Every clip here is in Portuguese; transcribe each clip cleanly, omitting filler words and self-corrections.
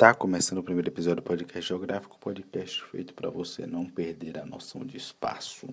Tá começando o primeiro episódio do podcast Geográfico, podcast feito para você não perder a noção de espaço.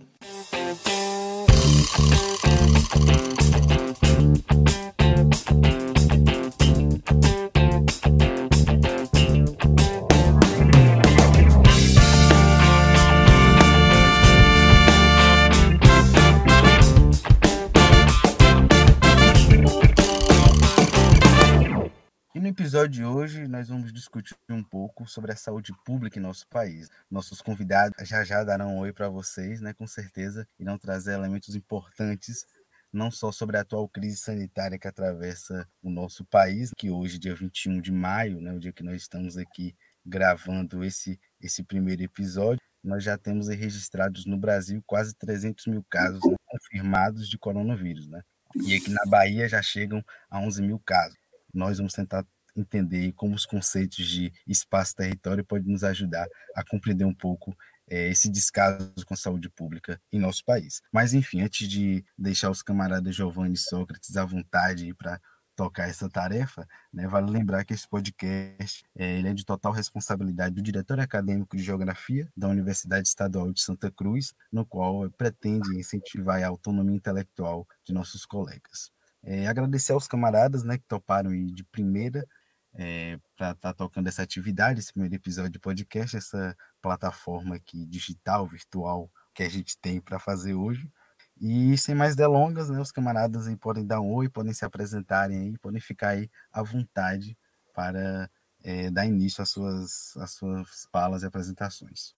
E no episódio de hoje nós vamos discutir um pouco sobre a saúde pública em nosso país. Nossos convidados já darão um oi para vocês, né? Com certeza irão trazer elementos importantes, não só sobre a atual crise sanitária que atravessa o nosso país, que hoje, dia 21 de maio, né, o dia que nós estamos aqui gravando esse primeiro episódio, nós já temos registrados no Brasil quase 300 mil casos, né, confirmados de coronavírus, né? E aqui na Bahia já chegam a 11 mil casos. Nós vamos tentar entender como os conceitos de espaço e território podem nos ajudar a compreender um pouco esse descaso com a saúde pública em nosso país. Mas, enfim, antes de deixar os camaradas Giovanni e Sócrates à vontade para tocar essa tarefa, né, vale lembrar que esse podcast ele é de total responsabilidade do diretor acadêmico de Geografia da Universidade Estadual de Santa Cruz, no qual pretende incentivar a autonomia intelectual de nossos colegas. Agradecer aos camaradas, né, que toparam ir de primeira para estar tocando essa atividade, esse primeiro episódio de podcast, essa plataforma aqui digital, virtual, que a gente tem para fazer hoje. E sem mais delongas, né, os camaradas aí podem dar um oi, podem se apresentarem aí, podem ficar aí à vontade para dar início às suas falas e apresentações.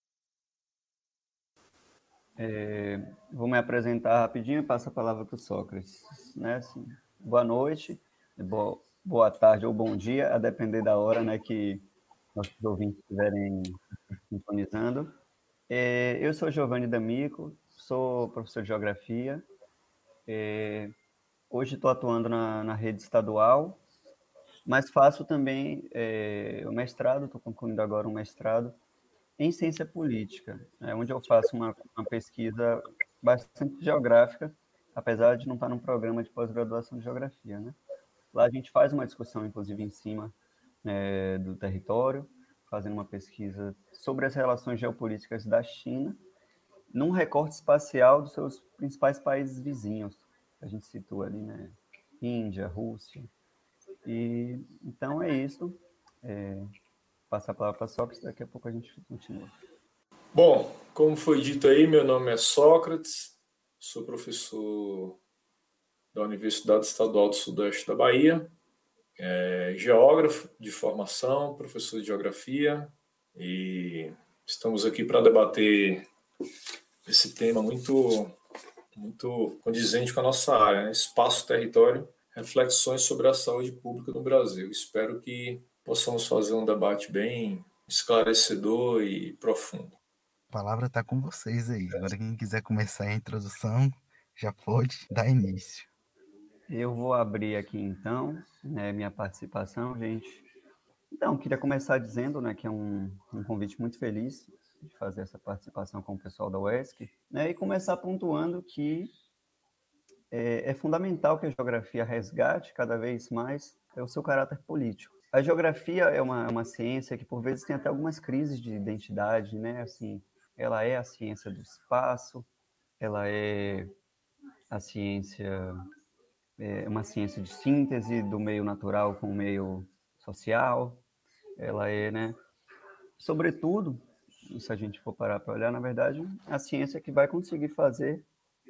Vou me apresentar rapidinho e passo a palavra para o Sócrates. Né? Assim, boa noite, boa tarde ou bom dia, a depender da hora, né, que nossos ouvintes estiverem sintonizando. Eu sou Giovanni D'Amico, sou professor de Geografia. Hoje estou atuando na rede estadual, mas faço também o mestrado, estou concluindo agora um mestrado em ciência política, onde eu faço uma pesquisa bastante geográfica, apesar de não estar num programa de pós-graduação de geografia, né? Lá a gente faz uma discussão, inclusive, em cima do território, fazendo uma pesquisa sobre as relações geopolíticas da China, num recorte espacial dos seus principais países vizinhos. A gente situa ali, né? Índia, Rússia. E então é isso. Passar a palavra para Sócrates, daqui a pouco a gente continua. Bom, como foi dito aí, meu nome é Sócrates, sou professor da Universidade Estadual do Sudeste da Bahia, geógrafo de formação, professor de geografia, e estamos aqui para debater esse tema muito condizente com a nossa área, né? Espaço, território, reflexões sobre a saúde pública no Brasil. Espero que possamos fazer um debate bem esclarecedor e profundo. A palavra está com vocês aí. Agora quem quiser começar a introdução já pode dar início. Eu vou abrir aqui então, minha participação, gente. Então, queria começar dizendo, né, que é um convite muito feliz de fazer essa participação com o pessoal da UESC, né, e começar pontuando que é fundamental que a geografia resgate cada vez mais o seu caráter político. A geografia é uma ciência que, por vezes, tem até algumas crises de identidade, né? Assim, ela é a ciência do espaço, ela é a ciência, uma ciência de síntese do meio natural com o meio social, ela é, né? Sobretudo, se a gente for parar para olhar, na verdade, a ciência que vai conseguir fazer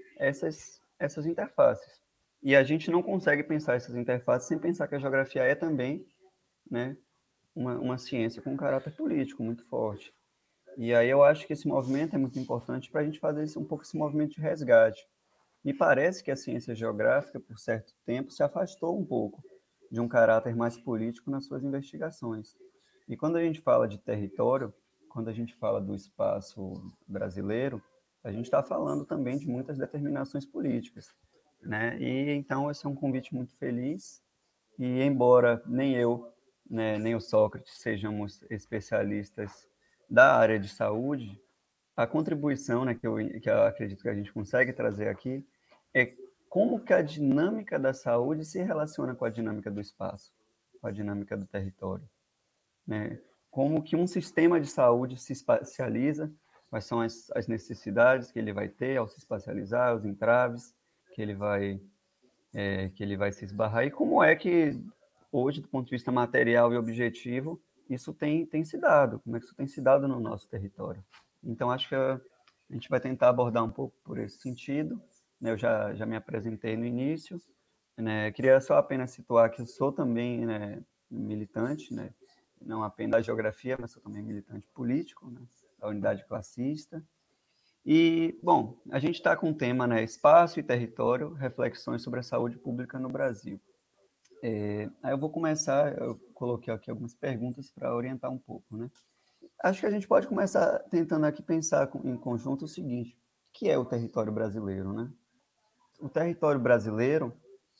essas interfaces. E a gente não consegue pensar essas interfaces sem pensar que a geografia é também, né, uma ciência com um caráter político muito forte. E aí eu acho que esse movimento é muito importante para a gente fazer um pouco esse movimento de resgate. Me parece que a ciência geográfica, por certo tempo, se afastou um pouco de um caráter mais político nas suas investigações. E quando a gente fala de território, quando a gente fala do espaço brasileiro, a gente está falando também de muitas determinações políticas, né? E então esse é um convite muito feliz. E embora nem eu, né, nem o Sócrates sejamos especialistas da área de saúde, a contribuição, né, que eu acredito que a gente consegue trazer aqui é como que a dinâmica da saúde se relaciona com a dinâmica do espaço, com a dinâmica do território, né? como que um sistema de saúde se espacializa, quais são as necessidades que ele vai ter ao se espacializar, os entraves que ele vai se esbarrar, e como é que, hoje, do ponto de vista material e objetivo, isso tem se dado, como é que isso tem se dado no nosso território. Então, acho que a gente vai tentar abordar um pouco por esse sentido, né? Eu já me apresentei no início, né? Queria só apenas situar que eu sou também, né, militante, né? Não apenas da geografia, mas sou também militante político, né, da unidade classista. E, bom, a gente está com o tema, né, espaço e território, reflexões sobre a saúde pública no Brasil. Aí eu vou começar, eu coloquei aqui algumas perguntas para orientar um pouco, né? Acho que a gente pode começar tentando aqui pensar em conjunto o seguinte: o que é o território brasileiro, né? O território brasileiro,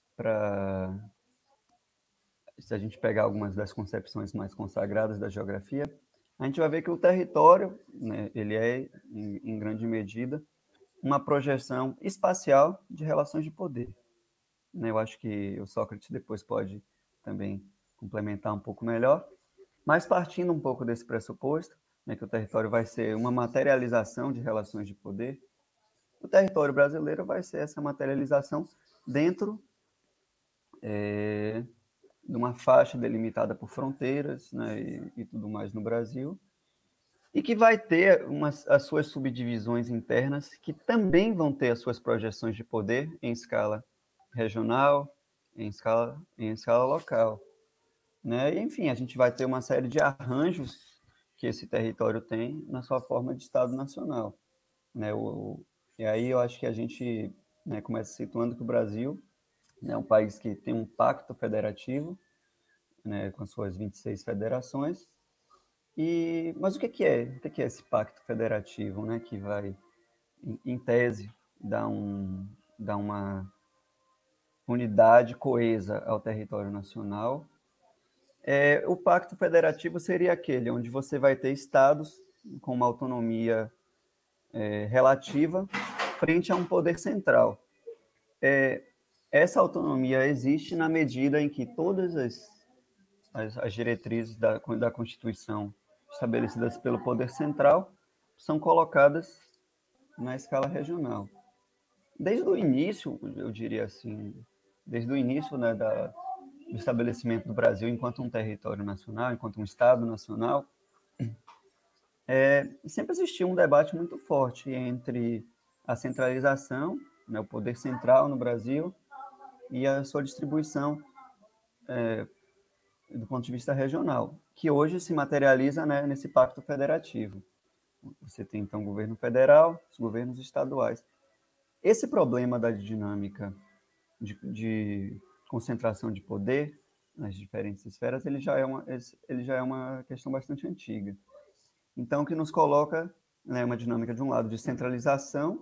se a gente pegar algumas das concepções mais consagradas da geografia, a gente vai ver que o território, né, ele é, em grande medida, uma projeção espacial de relações de poder, né? Eu acho que o Sócrates depois pode também complementar um pouco melhor, mas partindo um pouco desse pressuposto, né, que o território vai ser uma materialização de relações de poder, o território brasileiro vai ser essa materialização dentro de uma faixa delimitada por fronteiras, né, e tudo mais no Brasil, e que vai ter as suas subdivisões internas, que também vão ter as suas projeções de poder em escala regional, em escala local, né? E, enfim, a gente vai ter uma série de arranjos que esse território tem na sua forma de Estado nacional, né? E aí eu acho que a gente, né, começa situando que o Brasil, né, é um país que tem um pacto federativo, né, com suas 26 federações. Mas o que é? O que é esse pacto federativo, né, que vai, em tese, dar uma unidade coesa ao território nacional? O pacto federativo seria aquele onde você vai ter estados com uma autonomia relativa frente a um poder central. Essa autonomia existe na medida em que todas as diretrizes da Constituição estabelecidas pelo poder central são colocadas na escala regional. Desde o início, eu diria assim, desde o início, né, do estabelecimento do Brasil enquanto um território nacional, enquanto um Estado nacional, sempre existiu um debate muito forte entre a centralização, né, o poder central no Brasil, e a sua distribuição do ponto de vista regional, que hoje se materializa, né, nesse pacto federativo. Você tem, então, o governo federal, os governos estaduais. Esse problema da dinâmica de concentração de poder nas diferentes esferas, ele já é uma questão bastante antiga. Então, o que nos coloca, né, uma dinâmica, de um lado, de centralização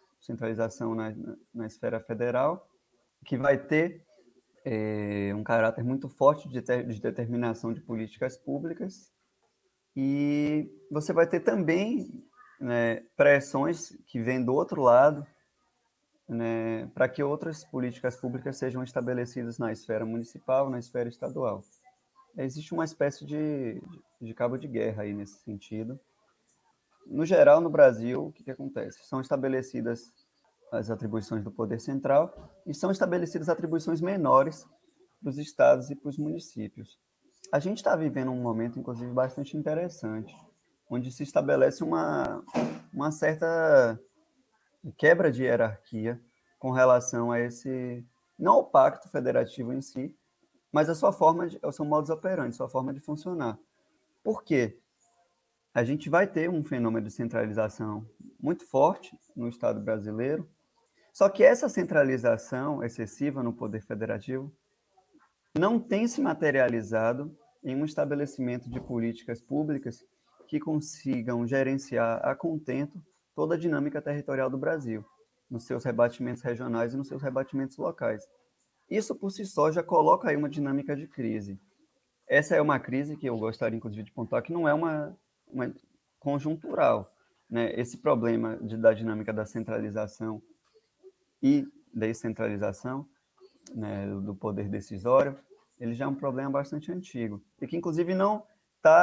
na esfera federal, que vai ter um caráter muito forte de determinação de políticas públicas, e você vai ter também, né, pressões que vêm do outro lado, né, para que outras políticas públicas sejam estabelecidas na esfera municipal, na esfera estadual. Existe uma espécie de cabo de guerra aí nesse sentido. No geral, no Brasil, o que acontece? São estabelecidas as atribuições do poder central e são estabelecidas atribuições menores para os estados e para os municípios. A gente está vivendo um momento, inclusive, bastante interessante, onde se estabelece uma certa quebra de hierarquia com relação a não ao pacto federativo em si, mas a sua forma, ao seu modus operandi, sua forma de funcionar. Por quê? A gente vai ter um fenômeno de centralização muito forte no Estado brasileiro, só que essa centralização excessiva no poder federativo não tem se materializado em um estabelecimento de políticas públicas que consigam gerenciar a contento toda a dinâmica territorial do Brasil, nos seus rebatimentos regionais e nos seus rebatimentos locais. Isso, por si só, já coloca aí uma dinâmica de crise. Essa é uma crise que eu gostaria, inclusive, de pontuar, que não é uma conjuntural, né? Esse problema da dinâmica da centralização e descentralização, né, do poder decisório, ele já é um problema bastante antigo, e que, inclusive, não está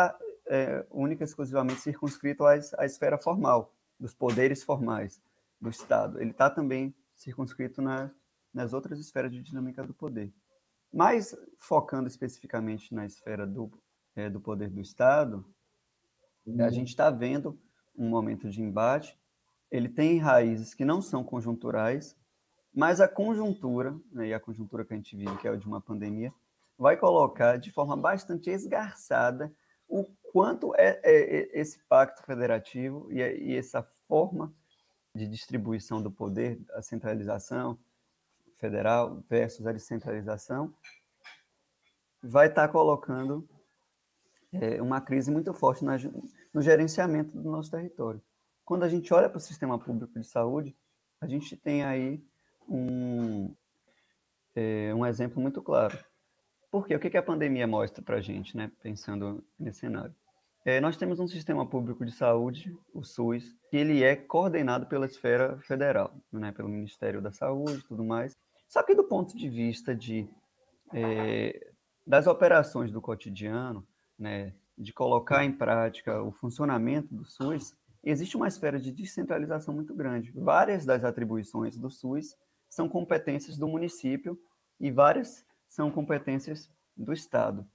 única e exclusivamente circunscrito à esfera formal, dos poderes formais do Estado. Ele está também circunscrito nas outras esferas de dinâmica do poder. Mas, focando especificamente na esfera do poder do Estado, a gente está vendo um momento de embate. Ele tem raízes que não são conjunturais, mas a conjuntura, né, e a conjuntura que a gente vive, que é a de uma pandemia, vai colocar de forma bastante esgarçada o quanto esse pacto federativo e essa forma de distribuição do poder, a centralização federal versus a descentralização, vai estar colocando uma crise muito forte no gerenciamento do nosso território. Quando a gente olha para o sistema público de saúde, a gente tem aí um exemplo muito claro. Por quê? O que a pandemia mostra para a gente, né? Pensando nesse cenário? Nós temos um sistema público de saúde, o SUS, que ele é coordenado pela esfera federal, né? Pelo Ministério da Saúde e tudo mais. Só que do ponto de vista das operações do cotidiano, né? De colocar em prática o funcionamento do SUS, existe uma esfera de descentralização muito grande. Várias das atribuições do SUS são competências do município e várias são competências do Estado.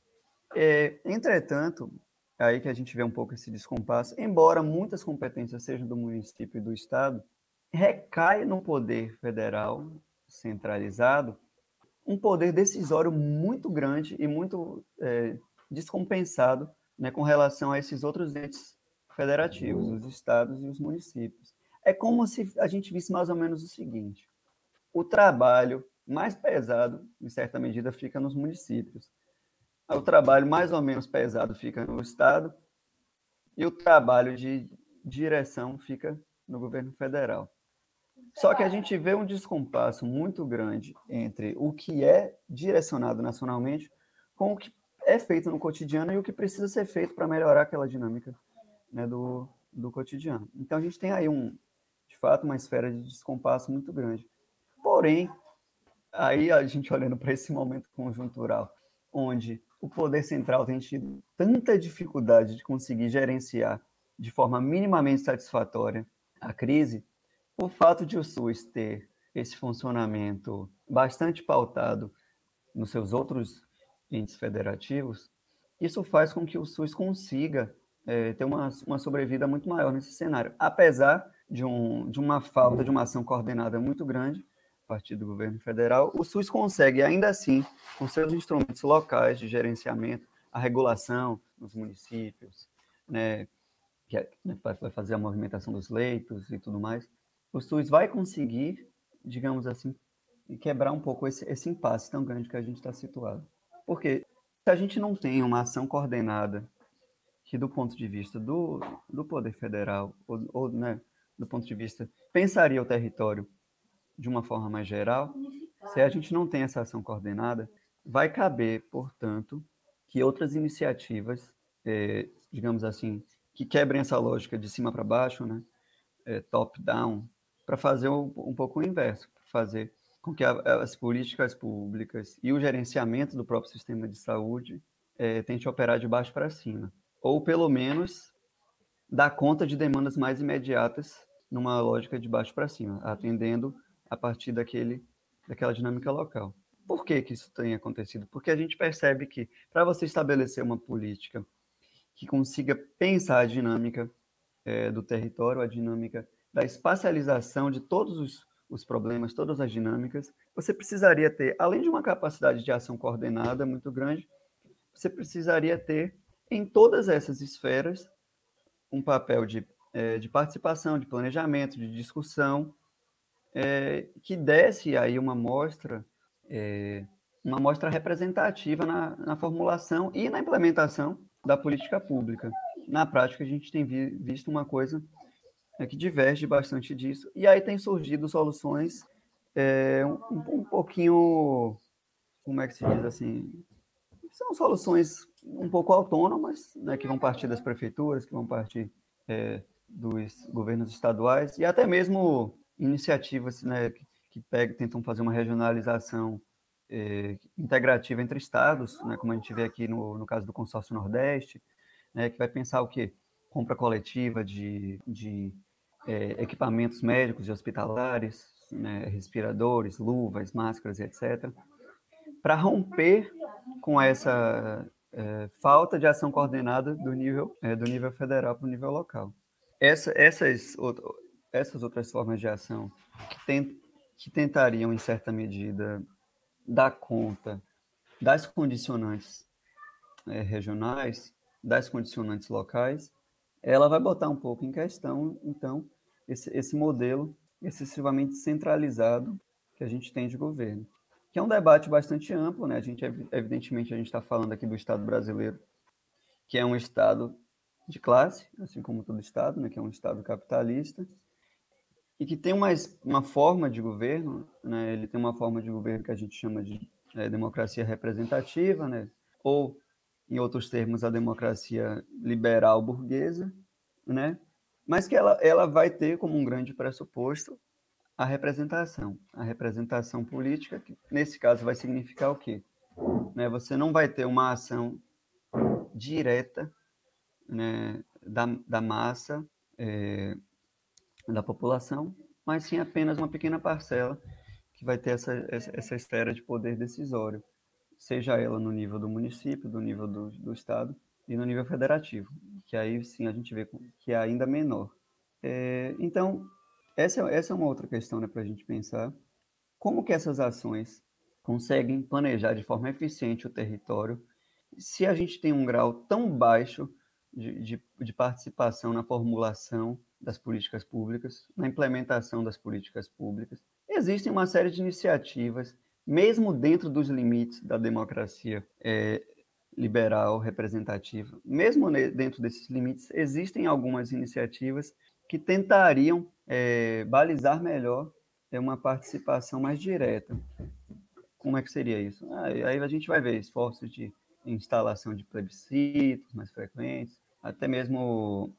Entretanto, aí que a gente vê um pouco esse descompasso, embora muitas competências sejam do município e do Estado, recai no poder federal centralizado um poder decisório muito grande e muito descompensado, né, com relação a esses outros entes federativos, os estados e os municípios. É como se a gente visse mais ou menos o seguinte: o trabalho mais pesado, em certa medida, fica nos municípios. O trabalho mais ou menos pesado fica no Estado e o trabalho de direção fica no governo federal. Só que a gente vê um descompasso muito grande entre o que é direcionado nacionalmente com o que é feito no cotidiano e o que precisa ser feito para melhorar aquela dinâmica, né, do cotidiano. Então, a gente tem aí, de fato, uma esfera de descompasso muito grande. Porém, aí a gente olhando para esse momento conjuntural, onde o poder central tem tido tanta dificuldade de conseguir gerenciar de forma minimamente satisfatória a crise, o fato de o SUS ter esse funcionamento bastante pautado nos seus outros entes federativos, isso faz com que o SUS consiga ter uma sobrevida muito maior nesse cenário, apesar de uma falta de uma ação coordenada muito grande a partir do governo federal. O SUS consegue, ainda assim, com seus instrumentos locais de gerenciamento, a regulação nos municípios, né, que vai fazer a movimentação dos leitos e tudo mais, o SUS vai conseguir, digamos assim, quebrar um pouco esse impasse tão grande que a gente está situado. Porque se a gente não tem uma ação coordenada que, do ponto de vista do poder federal, ou né, do ponto de vista, pensaria o território de uma forma mais geral, se a gente não tem essa ação coordenada, vai caber, portanto, que outras iniciativas, digamos assim, que quebrem essa lógica de cima para baixo, né, top-down, para fazer um pouco o inverso, para fazer com que as políticas públicas e o gerenciamento do próprio sistema de saúde tente operar de baixo para cima. Ou, pelo menos, dar conta de demandas mais imediatas numa lógica de baixo para cima, atendendo a partir daquela dinâmica local. Por que isso tem acontecido? Porque a gente percebe que, para você estabelecer uma política que consiga pensar a dinâmica do território, a dinâmica da espacialização de todos os problemas, todas as dinâmicas, você precisaria ter, além de uma capacidade de ação coordenada muito grande, você precisaria ter, em todas essas esferas, um papel de participação, de planejamento, de discussão, que desse aí uma mostra representativa na formulação e na implementação da política pública. Na prática, a gente tem visto uma coisa que diverge bastante disso, e aí tem surgido soluções um pouquinho, como é que se diz assim, são soluções um pouco autônomas, né, que vão partir das prefeituras, que vão partir dos governos estaduais, e até mesmo iniciativas, né, que tentam fazer uma regionalização integrativa entre estados, né, como a gente vê aqui no caso do Consórcio Nordeste, né, que vai pensar o quê? Compra coletiva de equipamentos médicos e hospitalares, né, respiradores, luvas, máscaras, etc., para romper com essa falta de ação coordenada do nível federal para o nível local. Essas outras formas de ação que tentariam, em certa medida, dar conta das condicionantes regionais, das condicionantes locais, ela vai botar um pouco em questão, então, esse modelo excessivamente centralizado que a gente tem de governo, que é um debate bastante amplo, né? Evidentemente, a gente está falando aqui do Estado brasileiro, que é um Estado de classe, assim como todo Estado, né? Que é um Estado capitalista, e que tem uma forma de governo, né? Ele tem uma forma de governo que a gente chama de democracia representativa, né? Ou, em outros termos, a democracia liberal burguesa, né? Mas que ela vai ter como um grande pressuposto a representação política, que nesse caso vai significar o quê? Né? Você não vai ter uma ação direta, né, da massa, da população, mas sim apenas uma pequena parcela que vai ter essa esfera de poder decisório, seja ela no nível do município, do nível do estado e no nível federativo, que aí sim a gente vê que é ainda menor. Então, essa é uma outra questão, né, para a gente pensar. Como que essas ações conseguem planejar de forma eficiente o território se a gente tem um grau tão baixo de participação na formulação das políticas públicas, na implementação das políticas públicas? Existem uma série de iniciativas, mesmo dentro dos limites da democracia liberal representativa, mesmo dentro desses limites, existem algumas iniciativas que tentariam balizar melhor uma participação mais direta. Como é que seria isso? Aí a gente vai ver esforços de instalação de plebiscitos mais frequentes, até mesmo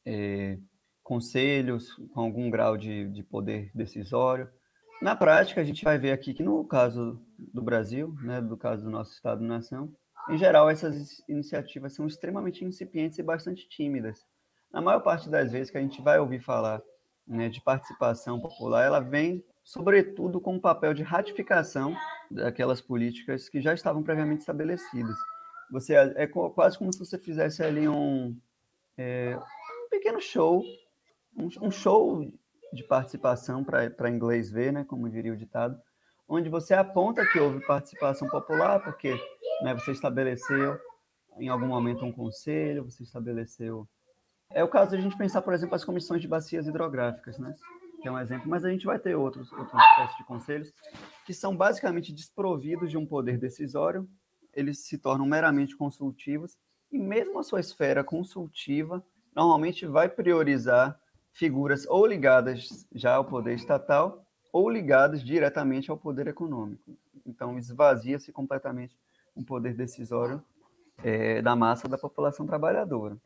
conselhos com algum grau de poder decisório. Na prática, a gente vai ver aqui que no caso do Brasil, né, do caso do nosso Estado-nação, em geral, essas iniciativas são extremamente incipientes e bastante tímidas. Na maior parte das vezes que a gente vai ouvir falar, né, de participação popular, ela vem, sobretudo, com o papel de ratificação daquelas políticas que já estavam previamente estabelecidas. Quase como se você fizesse ali um pequeno show, um show de participação para inglês ver, né, como diria o ditado, onde você aponta que houve participação popular, porque, né, você estabeleceu em algum momento um conselho, você estabeleceu... É o caso de a gente pensar, por exemplo, as comissões de bacias hidrográficas, né, que é um exemplo, mas a gente vai ter outros espécies de conselhos que são basicamente desprovidos de um poder decisório, eles se tornam meramente consultivos, e mesmo a sua esfera consultiva normalmente vai priorizar figuras ou ligadas já ao poder estatal ou ligadas diretamente ao poder econômico. Então, esvazia-se completamente um poder decisório da massa da população trabalhadora.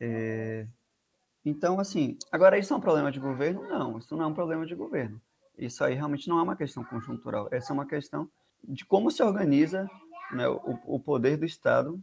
Então, assim, agora isso é um problema de governo? Não, isso não é um problema de governo. Isso aí realmente não é uma questão conjuntural. Essa é uma questão de como se organiza, né, o poder do Estado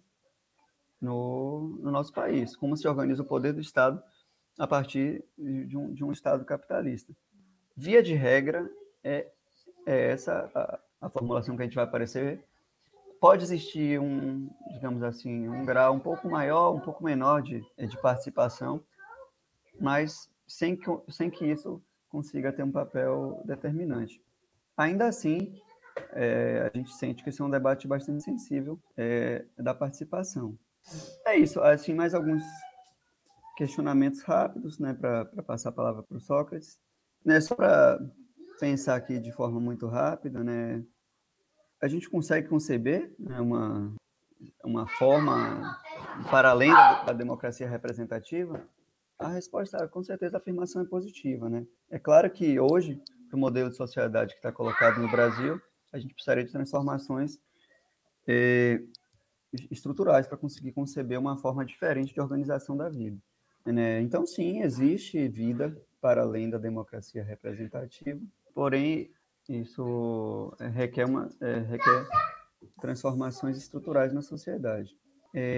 no nosso país, como se organiza o poder do Estado a partir de um Estado capitalista. Via de regra, é essa a formulação que a gente vai aparecer. Pode existir digamos assim, um grau um pouco maior, um pouco menor de participação, mas sem que isso consiga ter um papel determinante. Ainda assim, a gente sente que esse é um debate bastante sensível da participação. É isso, assim, mais alguns questionamentos rápidos, né, para passar a palavra para o Sócrates. Né, só para pensar aqui de forma muito rápida, né, a gente consegue conceber, né, uma forma para além da democracia representativa? A resposta, com certeza, a afirmação é positiva, né? É claro que hoje, para o modelo de sociedade que está colocado no Brasil, a gente precisaria de transformações estruturais para conseguir conceber uma forma diferente de organização da vida, né? Então, sim, existe vida para além da democracia representativa, porém, isso requer transformações estruturais na sociedade.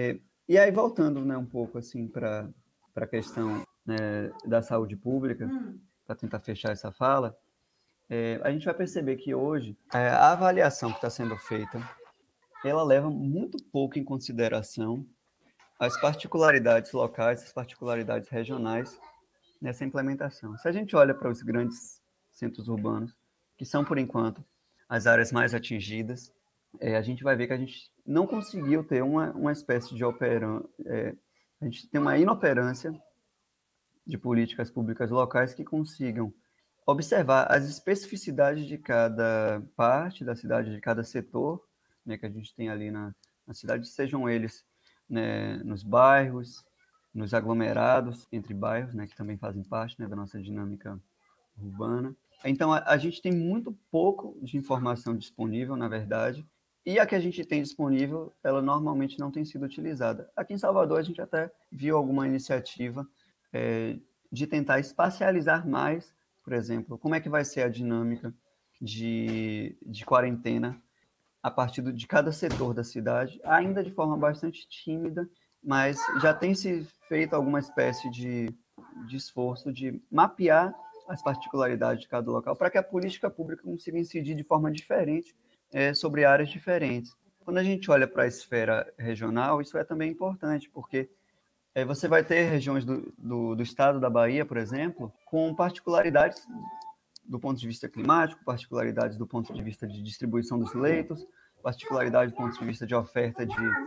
E aí, voltando, né, um pouco assim para a questão, né, da saúde pública, para tentar fechar essa fala, a gente vai perceber que hoje a avaliação que está sendo feita, ela leva muito pouco em consideração as particularidades locais, as particularidades regionais nessa implementação. Se a gente olha para os grandes centros urbanos, que são, por enquanto, as áreas mais atingidas, a gente vai ver que a gente não conseguiu ter uma espécie de a gente tem uma inoperância de políticas públicas locais que consigam observar as especificidades de cada parte da cidade, de cada setor, né, que a gente tem ali na cidade, sejam eles, né, nos bairros, nos aglomerados entre bairros, né, que também fazem parte, né, da nossa dinâmica urbana. Então, a gente tem muito pouco de informação disponível, na verdade, e a que a gente tem disponível, ela normalmente não tem sido utilizada. Aqui em Salvador, a gente até viu alguma iniciativa de tentar espacializar mais, por exemplo, como é que vai ser a dinâmica de quarentena a partir de cada setor da cidade, ainda de forma bastante tímida, mas já tem se feito alguma espécie de esforço de mapear as particularidades de cada local para que a política pública consiga incidir de forma diferente sobre áreas diferentes. Quando a gente olha para a esfera regional, isso é também importante, porque você vai ter regiões do estado da Bahia, por exemplo, com particularidades do ponto de vista climático, particularidades do ponto de vista de distribuição dos leitos, particularidades do ponto de vista de oferta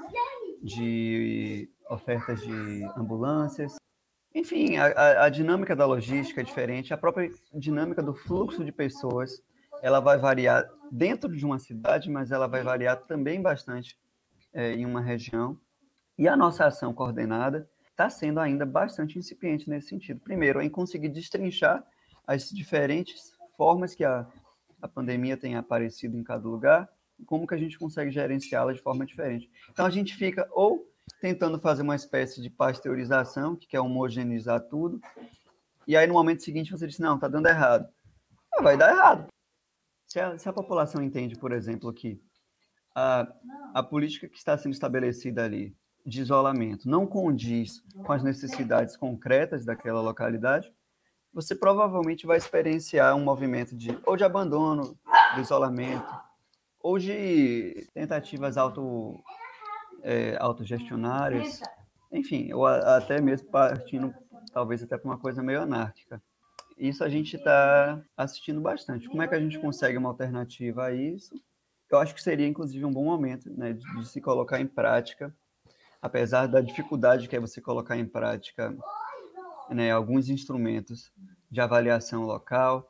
de ofertas de ambulâncias. Enfim, a dinâmica da logística é diferente, a própria dinâmica do fluxo de pessoas, ela vai variar dentro de uma cidade, mas ela vai variar também bastante em uma região. E a nossa ação coordenada está sendo ainda bastante incipiente nesse sentido. Primeiro, em conseguir destrinchar as diferentes formas que a pandemia tem aparecido em cada lugar e como que a gente consegue gerenciá-la de forma diferente. Então, a gente fica ou tentando fazer uma espécie de pasteurização, que quer homogeneizar tudo, e aí no momento seguinte você diz, não, está dando errado. Vai dar errado. Se a população entende, por exemplo, que a política que está sendo estabelecida ali de isolamento não condiz com as necessidades concretas daquela localidade, você provavelmente vai experienciar um movimento ou de abandono do isolamento, ou de tentativas autogestionárias, enfim, ou até mesmo partindo, talvez até para uma coisa meio anárquica. Isso a gente está assistindo bastante. Como é que a gente consegue uma alternativa a isso? Eu acho que seria, inclusive, um bom momento, né, de se colocar em prática, apesar da dificuldade que é você colocar em prática, né, alguns instrumentos de avaliação local,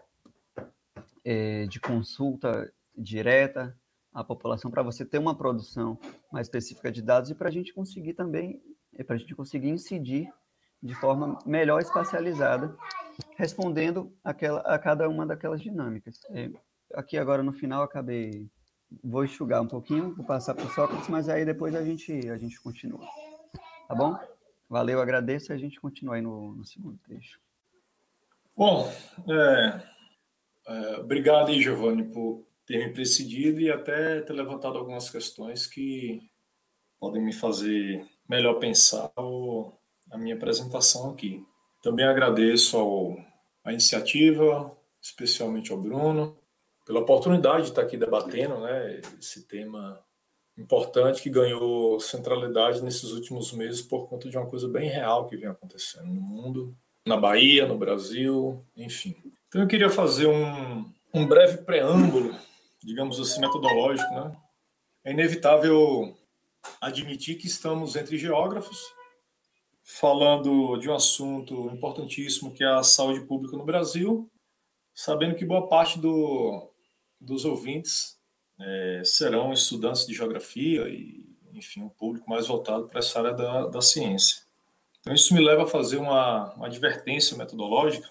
de consulta direta à população, para você ter uma produção mais específica de dados e para a gente conseguir também, para a gente conseguir incidir de forma melhor espacializada, respondendo a cada uma daquelas dinâmicas. Aqui agora no final vou enxugar um pouquinho, vou passar para o Sócrates, mas aí depois a gente continua. Tá bom? Valeu, agradeço e a gente continua aí no segundo trecho. Bom, obrigado aí, Giovanni, por ter me precedido e até ter levantado algumas questões que podem me fazer melhor pensar a minha apresentação aqui. Também agradeço a iniciativa, especialmente ao Bruno, pela oportunidade de estar aqui debatendo, né, esse tema importante que ganhou centralidade nesses últimos meses por conta de uma coisa bem real que vem acontecendo no mundo, na Bahia, no Brasil, enfim. Então eu queria fazer um breve preâmbulo, digamos assim, metodológico, né? É inevitável admitir que estamos entre geógrafos, falando de um assunto importantíssimo que é a saúde pública no Brasil, sabendo que boa parte dos ouvintes serão estudantes de geografia e, enfim, um público mais voltado para essa área da ciência. Então, isso me leva a fazer uma advertência metodológica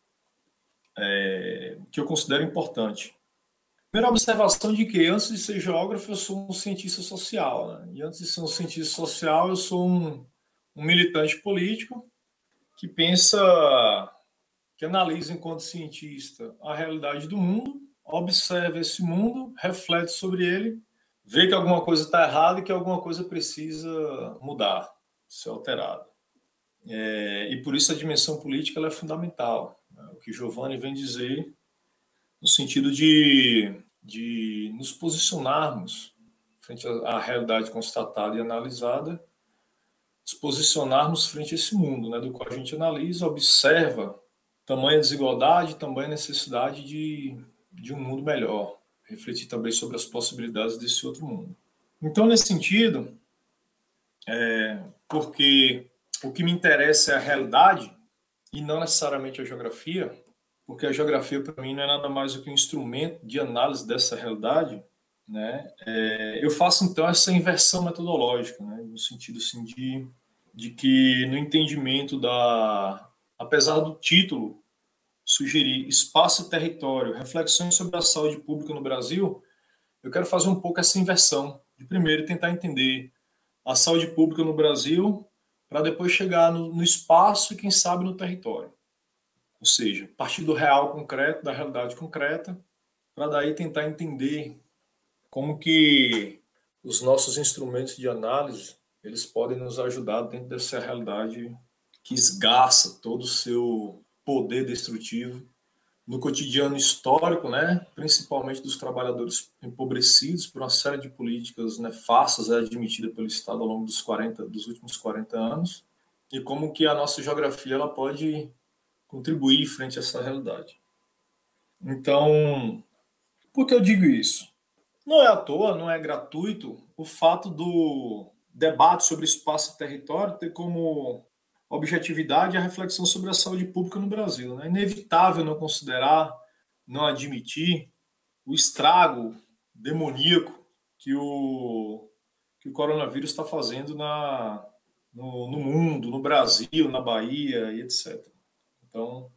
que eu considero importante. Primeira observação de que, antes de ser geógrafo, eu sou um cientista social. Né? E antes de ser um cientista social, eu sou um militante político que pensa, que analisa enquanto cientista a realidade do mundo, observa esse mundo, reflete sobre ele, vê que alguma coisa está errada e que alguma coisa precisa mudar, ser alterada. E por isso a dimensão política ela é fundamental, né? O que Giovanni vem dizer no sentido de nos posicionarmos frente à realidade constatada e analisada, nos posicionarmos frente a esse mundo, né, do qual a gente analisa, observa tamanha desigualdade, tamanha necessidade de um mundo melhor, refletir também sobre as possibilidades desse outro mundo. Então, nesse sentido, porque o que me interessa é a realidade e não necessariamente a geografia, porque a geografia para mim não é nada mais do que um instrumento de análise dessa realidade, né? Eu faço então essa inversão metodológica, né? No sentido assim de que no entendimento apesar do título sugerir espaço e território, reflexões sobre a saúde pública no Brasil, eu quero fazer um pouco essa inversão, de primeiro tentar entender a saúde pública no Brasil, para depois chegar no espaço e quem sabe no território. Ou seja, partir do real concreto, da realidade concreta, para daí tentar entender como que os nossos instrumentos de análise eles podem nos ajudar dentro dessa realidade que esgarça todo o seu poder destrutivo no cotidiano histórico, né, principalmente dos trabalhadores empobrecidos por uma série de políticas nefastas admitidas pelo Estado ao longo dos últimos 40 anos, e como que a nossa geografia ela pode contribuir frente a essa realidade. Então, por que eu digo isso? Não é à toa, não é gratuito o fato do debate sobre espaço e território ter como objetividade a reflexão sobre a saúde pública no Brasil. É inevitável não considerar, não admitir o estrago demoníaco que o coronavírus está fazendo no mundo, no Brasil, na Bahia e etc. Então,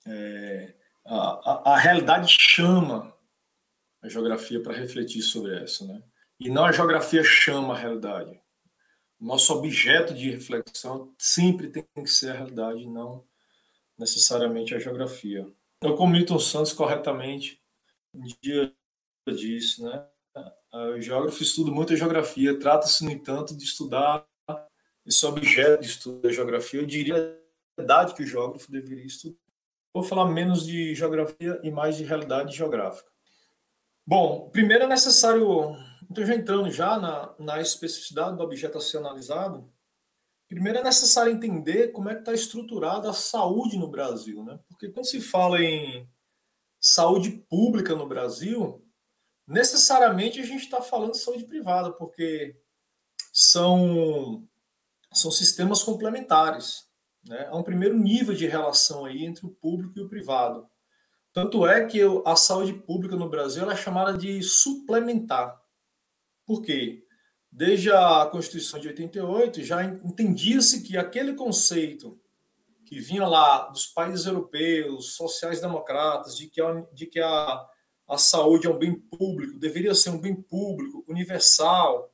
a realidade chama a geografia para refletir sobre essa, né? E não a geografia chama a realidade. Nosso objeto de reflexão sempre tem que ser a realidade, não necessariamente a geografia. Então, como Milton Santos corretamente um dia disse, né? O geógrafo estuda muito a geografia, trata-se, no entanto, de estudar esse objeto de estudo da geografia. Eu diria a realidade que o geógrafo deveria estudar. Vou falar menos de geografia e mais de realidade geográfica. Bom, primeiro é necessário, então já entrando já na especificidade do objeto a ser analisado, primeiro é necessário entender como é que está estruturada a saúde no Brasil, né? Porque quando se fala em saúde pública no Brasil, necessariamente a gente está falando de saúde privada, porque são sistemas complementares, né? Há um primeiro nível de relação aí entre o público e o privado. Tanto é que a saúde pública no Brasil ela é chamada de suplementar. Por quê? Desde a Constituição de 88, já entendia-se que aquele conceito que vinha lá dos países europeus, sociais-democratas, de que a saúde é um bem público, deveria ser um bem público, universal,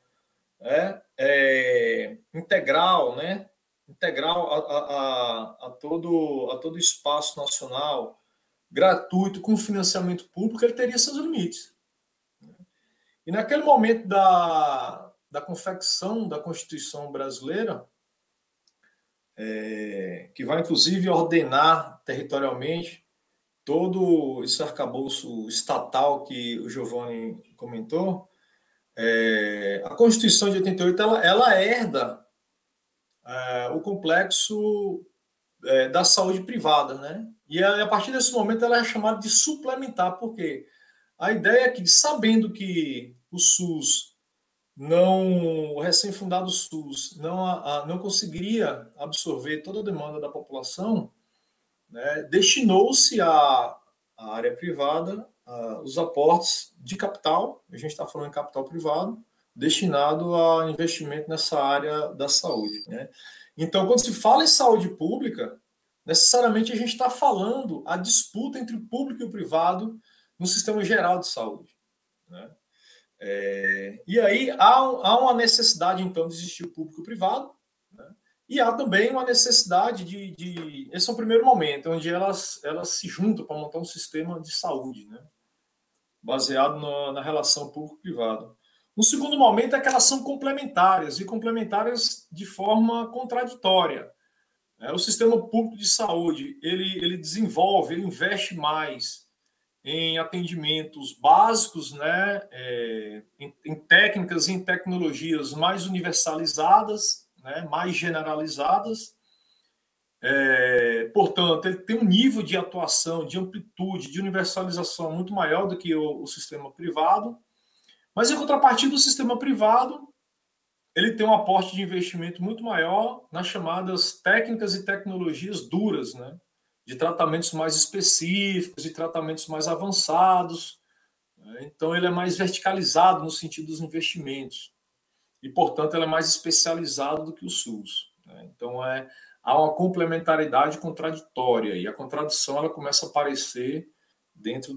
integral, né? Integral a todo o espaço nacional, gratuito, com financiamento público, ele teria seus limites. E naquele momento da confecção da Constituição brasileira, que vai inclusive ordenar territorialmente todo esse arcabouço estatal que o Giovanni comentou, a Constituição de 88 ela herda o complexo da saúde privada, né? E a partir desse momento ela é chamada de suplementar, porque a ideia é que, sabendo que o SUS o recém-fundado SUS não conseguiria absorver toda a demanda da população, né, destinou-se à área privada os aportes de capital, a gente está falando em capital privado, destinado a investimento nessa área da saúde, né? Então, quando se fala em saúde pública, necessariamente a gente está falando a disputa entre o público e o privado no sistema geral de saúde, né? E aí há uma necessidade, então, de existir o público e o privado, né? E há também uma necessidade esse é o primeiro momento, onde elas se juntam para montar um sistema de saúde, né? Baseado na relação público-privado. No segundo momento é que elas são complementares, e complementares de forma contraditória. O sistema público de saúde, ele desenvolve, ele investe mais em atendimentos básicos, né, em técnicas e em tecnologias mais universalizadas, né, mais generalizadas. Portanto, ele tem um nível de atuação, de amplitude, de universalização muito maior do que o sistema privado. Mas, em contrapartida, o sistema privado ele tem um aporte de investimento muito maior nas chamadas técnicas e tecnologias duras, né? De tratamentos mais específicos, de tratamentos mais avançados. Né? Então, ele é mais verticalizado no sentido dos investimentos. E, portanto, ele é mais especializado do que o SUS. Né? Então, há uma complementaridade contraditória, e a contradição ela começa a aparecer dentro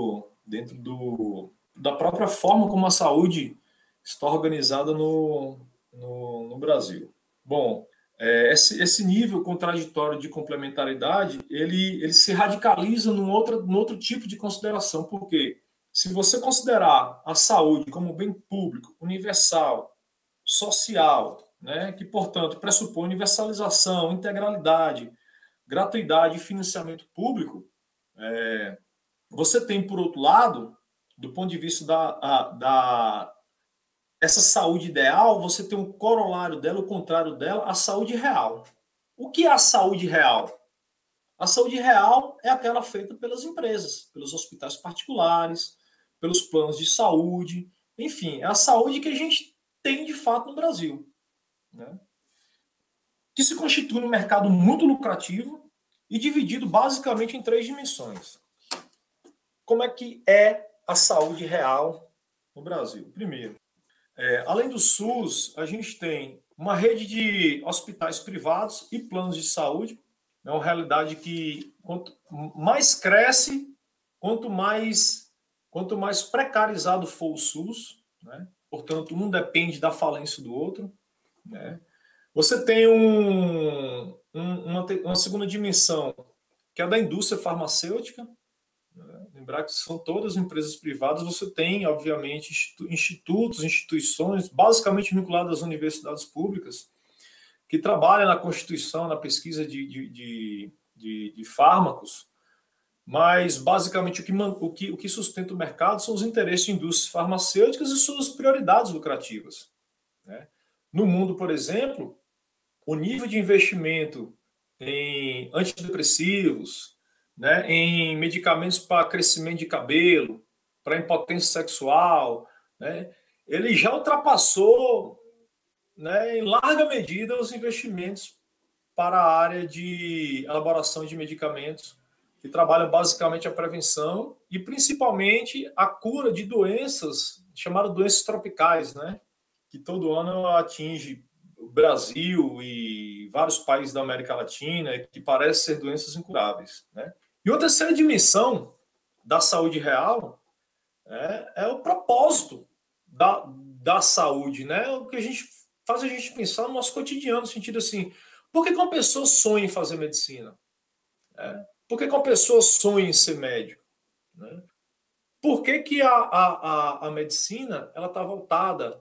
da própria forma como a saúde está organizada no Brasil. Bom, esse nível contraditório de complementaridade, ele se radicaliza num outro tipo de consideração, porque se você considerar a saúde como bem público, universal, social, né, que, portanto, pressupõe universalização, integralidade, gratuidade e financiamento público, você tem, por outro lado, do ponto de vista essa saúde ideal, você tem um corolário dela, o contrário dela, a saúde real. O que é a saúde real? A saúde real é aquela feita pelas empresas, pelos hospitais particulares, pelos planos de saúde, enfim, é a saúde que a gente tem de fato no Brasil, né? Que se constitui um mercado muito lucrativo e dividido basicamente em 3 dimensões. Como é que é a saúde real no Brasil? Primeiro, além do SUS, a gente tem uma rede de hospitais privados e planos de saúde. É uma realidade que, quanto mais cresce, quanto mais precarizado for o SUS, né? Portanto, um depende da falência do outro, né? Você tem uma segunda dimensão, que é a da indústria farmacêutica. Lembrar que são todas empresas privadas, você tem, obviamente, institutos, instituições, basicamente vinculadas às universidades públicas, que trabalham na constituição, na pesquisa de fármacos, mas, basicamente, o que sustenta o mercado são os interesses de indústrias farmacêuticas e suas prioridades lucrativas, né? No mundo, por exemplo, o nível de investimento em antidepressivos, né, em medicamentos para crescimento de cabelo, para impotência sexual, né, ele já ultrapassou, né, em larga medida os investimentos para a área de elaboração de medicamentos que trabalham basicamente a prevenção e principalmente a cura de doenças chamadas doenças tropicais, né, que todo ano atinge o Brasil e vários países da América Latina, que parecem ser doenças incuráveis, né? E outra terceira dimensão da saúde real é o propósito da saúde, né? O que faz a gente pensar no nosso cotidiano, no sentido assim, por que uma pessoa sonha em fazer medicina? Por que uma pessoa sonha em ser médico? Né? Por que a medicina ela está voltada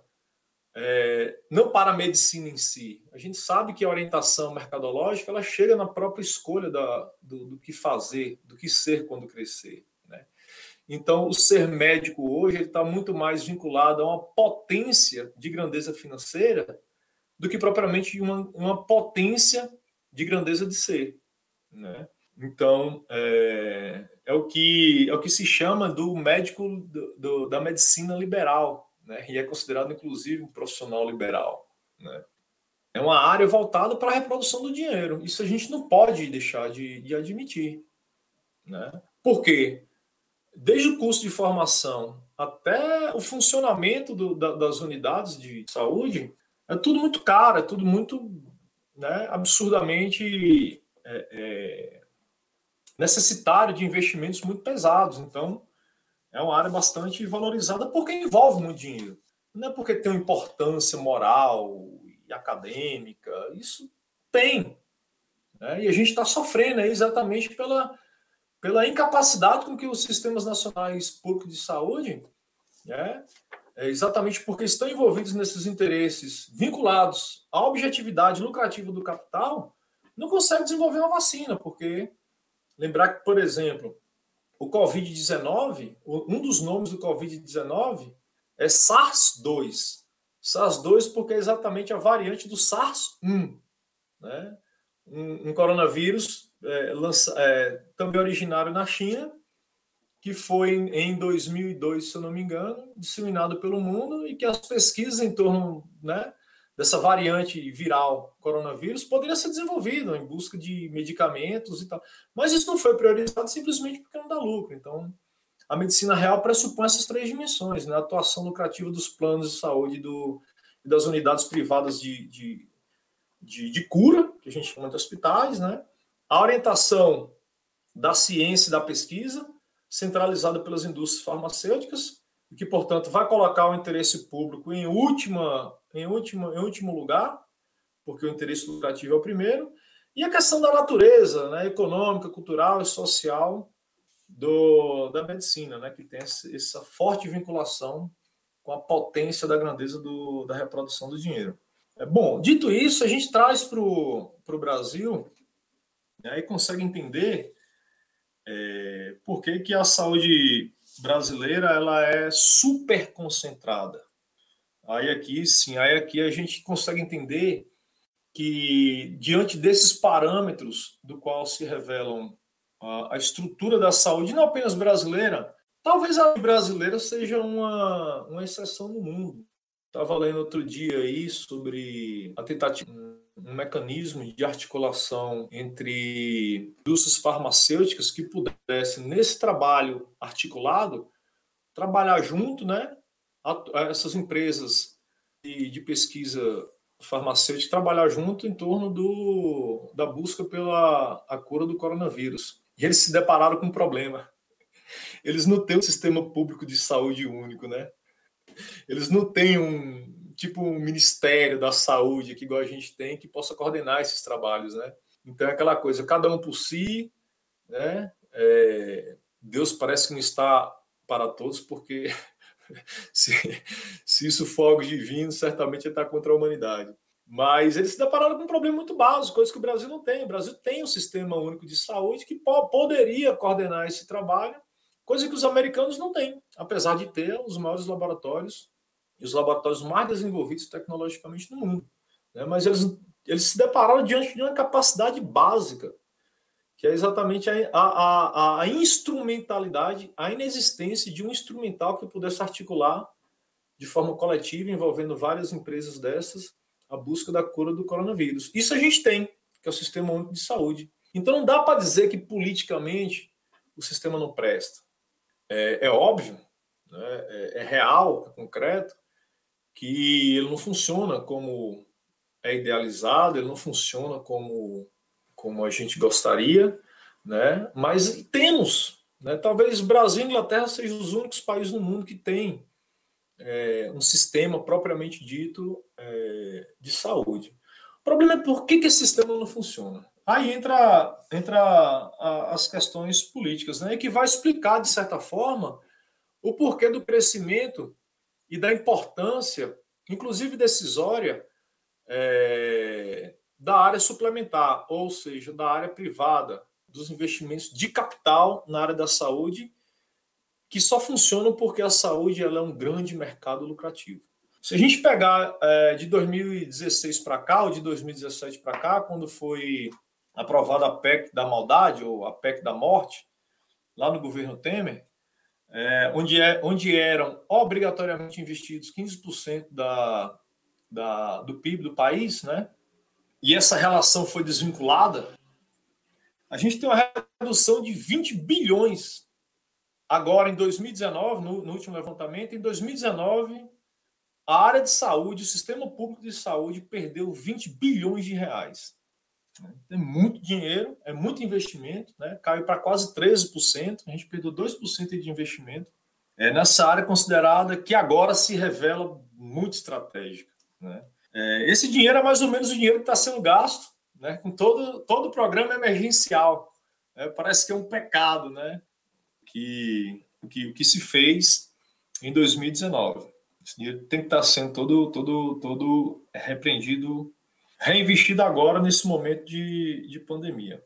não para a medicina em si? A gente sabe que a orientação mercadológica ela chega na própria escolha do que fazer, do que ser quando crescer, né? Então, o ser médico hoje está muito mais vinculado a uma potência de grandeza financeira do que propriamente uma potência de grandeza de ser, né? Então, é o que se chama do médico da medicina liberal, né? E é considerado, inclusive, um profissional liberal, né? É uma área voltada para a reprodução do dinheiro. Isso a gente não pode deixar de admitir, né? Por quê? Desde o curso de formação até o funcionamento das unidades de saúde, é tudo muito caro, é tudo muito, né, absurdamente necessitário de investimentos muito pesados. Então, é uma área bastante valorizada porque envolve muito dinheiro. Não é porque tem uma importância moral e acadêmica. Isso tem, né? E a gente está sofrendo aí exatamente pela incapacidade com que os sistemas nacionais públicos de saúde, né, exatamente porque estão envolvidos nesses interesses vinculados à objetividade lucrativa do capital, não consegue desenvolver uma vacina, porque lembrar que, por exemplo, o Covid-19, um dos nomes do Covid-19 é SARS-2. SARS-2 porque é exatamente a variante do SARS-1, né? Um coronavírus também originário na China, que foi em 2002, se eu não me engano, disseminado pelo mundo, e que as pesquisas em torno, né, dessa variante viral coronavírus poderia ser desenvolvida em busca de medicamentos e tal. Mas isso não foi priorizado simplesmente porque não dá lucro. Então, a medicina real pressupõe essas três dimensões, né? A atuação lucrativa dos planos de saúde e das unidades privadas de cura, que a gente chama de hospitais, né? A orientação da ciência e da pesquisa, centralizada pelas indústrias farmacêuticas, e que, portanto, vai colocar o interesse público em último lugar, porque o interesse lucrativo é o primeiro, e a questão da natureza, né, econômica, cultural e social da medicina, né, que tem essa forte vinculação com a potência da grandeza da reprodução do dinheiro. Bom, dito isso, a gente traz para o Brasil, né, e consegue entender por que a saúde brasileira ela é super concentrada. Aí aqui a gente consegue entender que, diante desses parâmetros do qual se revelam a estrutura da saúde, não apenas brasileira, talvez a brasileira seja uma exceção no mundo. Estava lendo outro dia aí sobre a tentativa, um mecanismo de articulação entre indústrias farmacêuticas que pudessem, nesse trabalho articulado, trabalhar junto, né? Essas empresas de pesquisa farmacêutica trabalhar junto em torno da busca pela a cura do coronavírus. E eles se depararam com um problema. Eles não têm um sistema público de saúde único, né? Eles não têm um ministério da saúde aqui, igual a gente tem, que possa coordenar esses trabalhos, né? Então é aquela coisa, cada um por si, né? Deus parece que não está para todos, porque se isso for algo divino, certamente ele está contra a humanidade. Mas eles se depararam com um problema muito básico, coisa que o Brasil não tem. O Brasil tem um sistema único de saúde que poderia coordenar esse trabalho, coisa que os americanos não têm, apesar de ter os maiores laboratórios e os laboratórios mais desenvolvidos tecnologicamente no mundo, né? Mas eles se depararam diante de uma capacidade básica, que é exatamente a instrumentalidade, a inexistência de um instrumental que pudesse articular de forma coletiva, envolvendo várias empresas dessas, a busca da cura do coronavírus. Isso a gente tem, que é o Sistema Único de Saúde. Então não dá para dizer que politicamente o sistema não presta. É óbvio, né? É real, é concreto, que ele não funciona como é idealizado, ele não funciona como a gente gostaria, né? Mas temos, né? Talvez Brasil e Inglaterra sejam os únicos países no mundo que têm um sistema propriamente dito de saúde. O problema é por que esse sistema não funciona. Aí entra as questões políticas, né? Que vai explicar, de certa forma, o porquê do crescimento e da importância, inclusive decisória, da área suplementar, ou seja, da área privada, dos investimentos de capital na área da saúde, que só funcionam porque a saúde ela é um grande mercado lucrativo. Se a gente pegar de 2016 para cá, ou de 2017 para cá, quando foi aprovada a PEC da maldade, ou a PEC da morte, lá no governo Temer, onde eram obrigatoriamente investidos 15% do PIB do país, né? E essa relação foi desvinculada, a gente tem uma redução de 20 bilhões agora em 2019, no último levantamento. Em 2019, a área de saúde, o sistema público de saúde perdeu 20 bilhões de reais. É muito dinheiro, é muito investimento, né? Caiu para quase 13%, a gente perdeu 2% de investimento nessa área considerada que agora se revela muito estratégica, né? Esse dinheiro é mais ou menos o dinheiro que está sendo gasto, né, com todo o programa emergencial. Parece que é um pecado, né, que se fez em 2019. Esse dinheiro tem que estar sendo todo repreendido, reinvestido agora nesse momento de pandemia.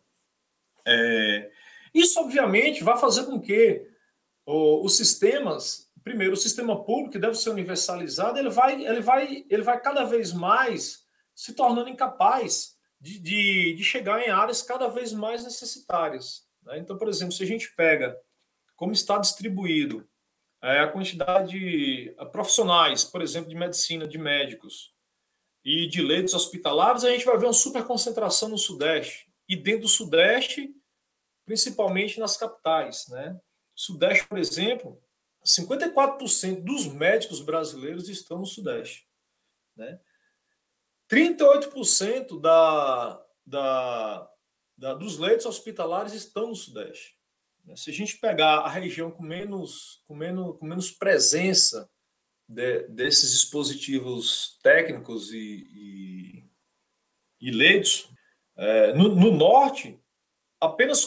Isso, obviamente, vai fazer com que os sistemas, primeiro, o sistema público que deve ser universalizado, ele vai cada vez mais se tornando incapaz de chegar em áreas cada vez mais necessitárias. Né? Então, por exemplo, se a gente pega como está distribuído a quantidade de profissionais, por exemplo, de medicina, de médicos e de leitos hospitalares, a gente vai ver uma superconcentração no Sudeste. E dentro do Sudeste, principalmente nas capitais. Né? Sudeste, por exemplo, 54% dos médicos brasileiros estão no Sudeste. Né? 38% dos leitos hospitalares estão no Sudeste. Se a gente pegar a região com menos presença desses dispositivos técnicos e leitos, no norte, apenas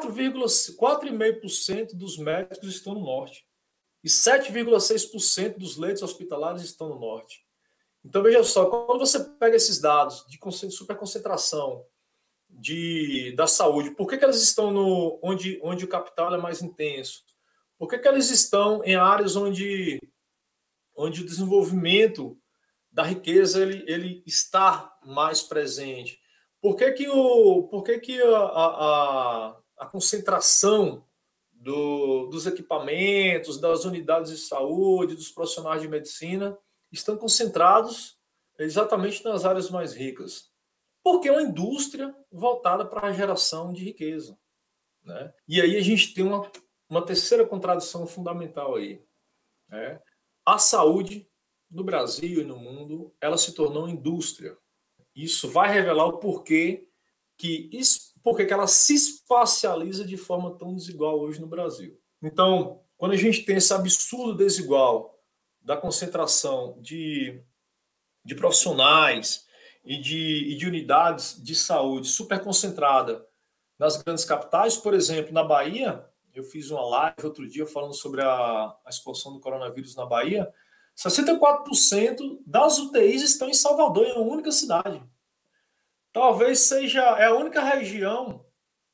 4,5% dos médicos estão no norte e 7,6% dos leitos hospitalares estão no norte. Então, veja só, quando você pega esses dados de superconcentração da saúde, por que elas estão onde o capital é mais intenso? Por que elas estão em áreas onde o desenvolvimento da riqueza ele está mais presente? Por que a concentração dos equipamentos, das unidades de saúde, dos profissionais de medicina estão concentrados exatamente nas áreas mais ricas? Porque é uma indústria voltada para a geração de riqueza. Né? E aí a gente tem uma terceira contradição fundamental aí. Né? A saúde no Brasil e no mundo, ela se tornou indústria. Isso vai revelar o porquê que ela se espacializa de forma tão desigual hoje no Brasil. Então, quando a gente tem esse absurdo desigual da concentração de profissionais e de unidades de saúde super concentrada nas grandes capitais, por exemplo, na Bahia, eu fiz uma live outro dia falando sobre a expansão do coronavírus na Bahia, 64% das UTIs estão em Salvador, em uma única cidade. Talvez seja a única região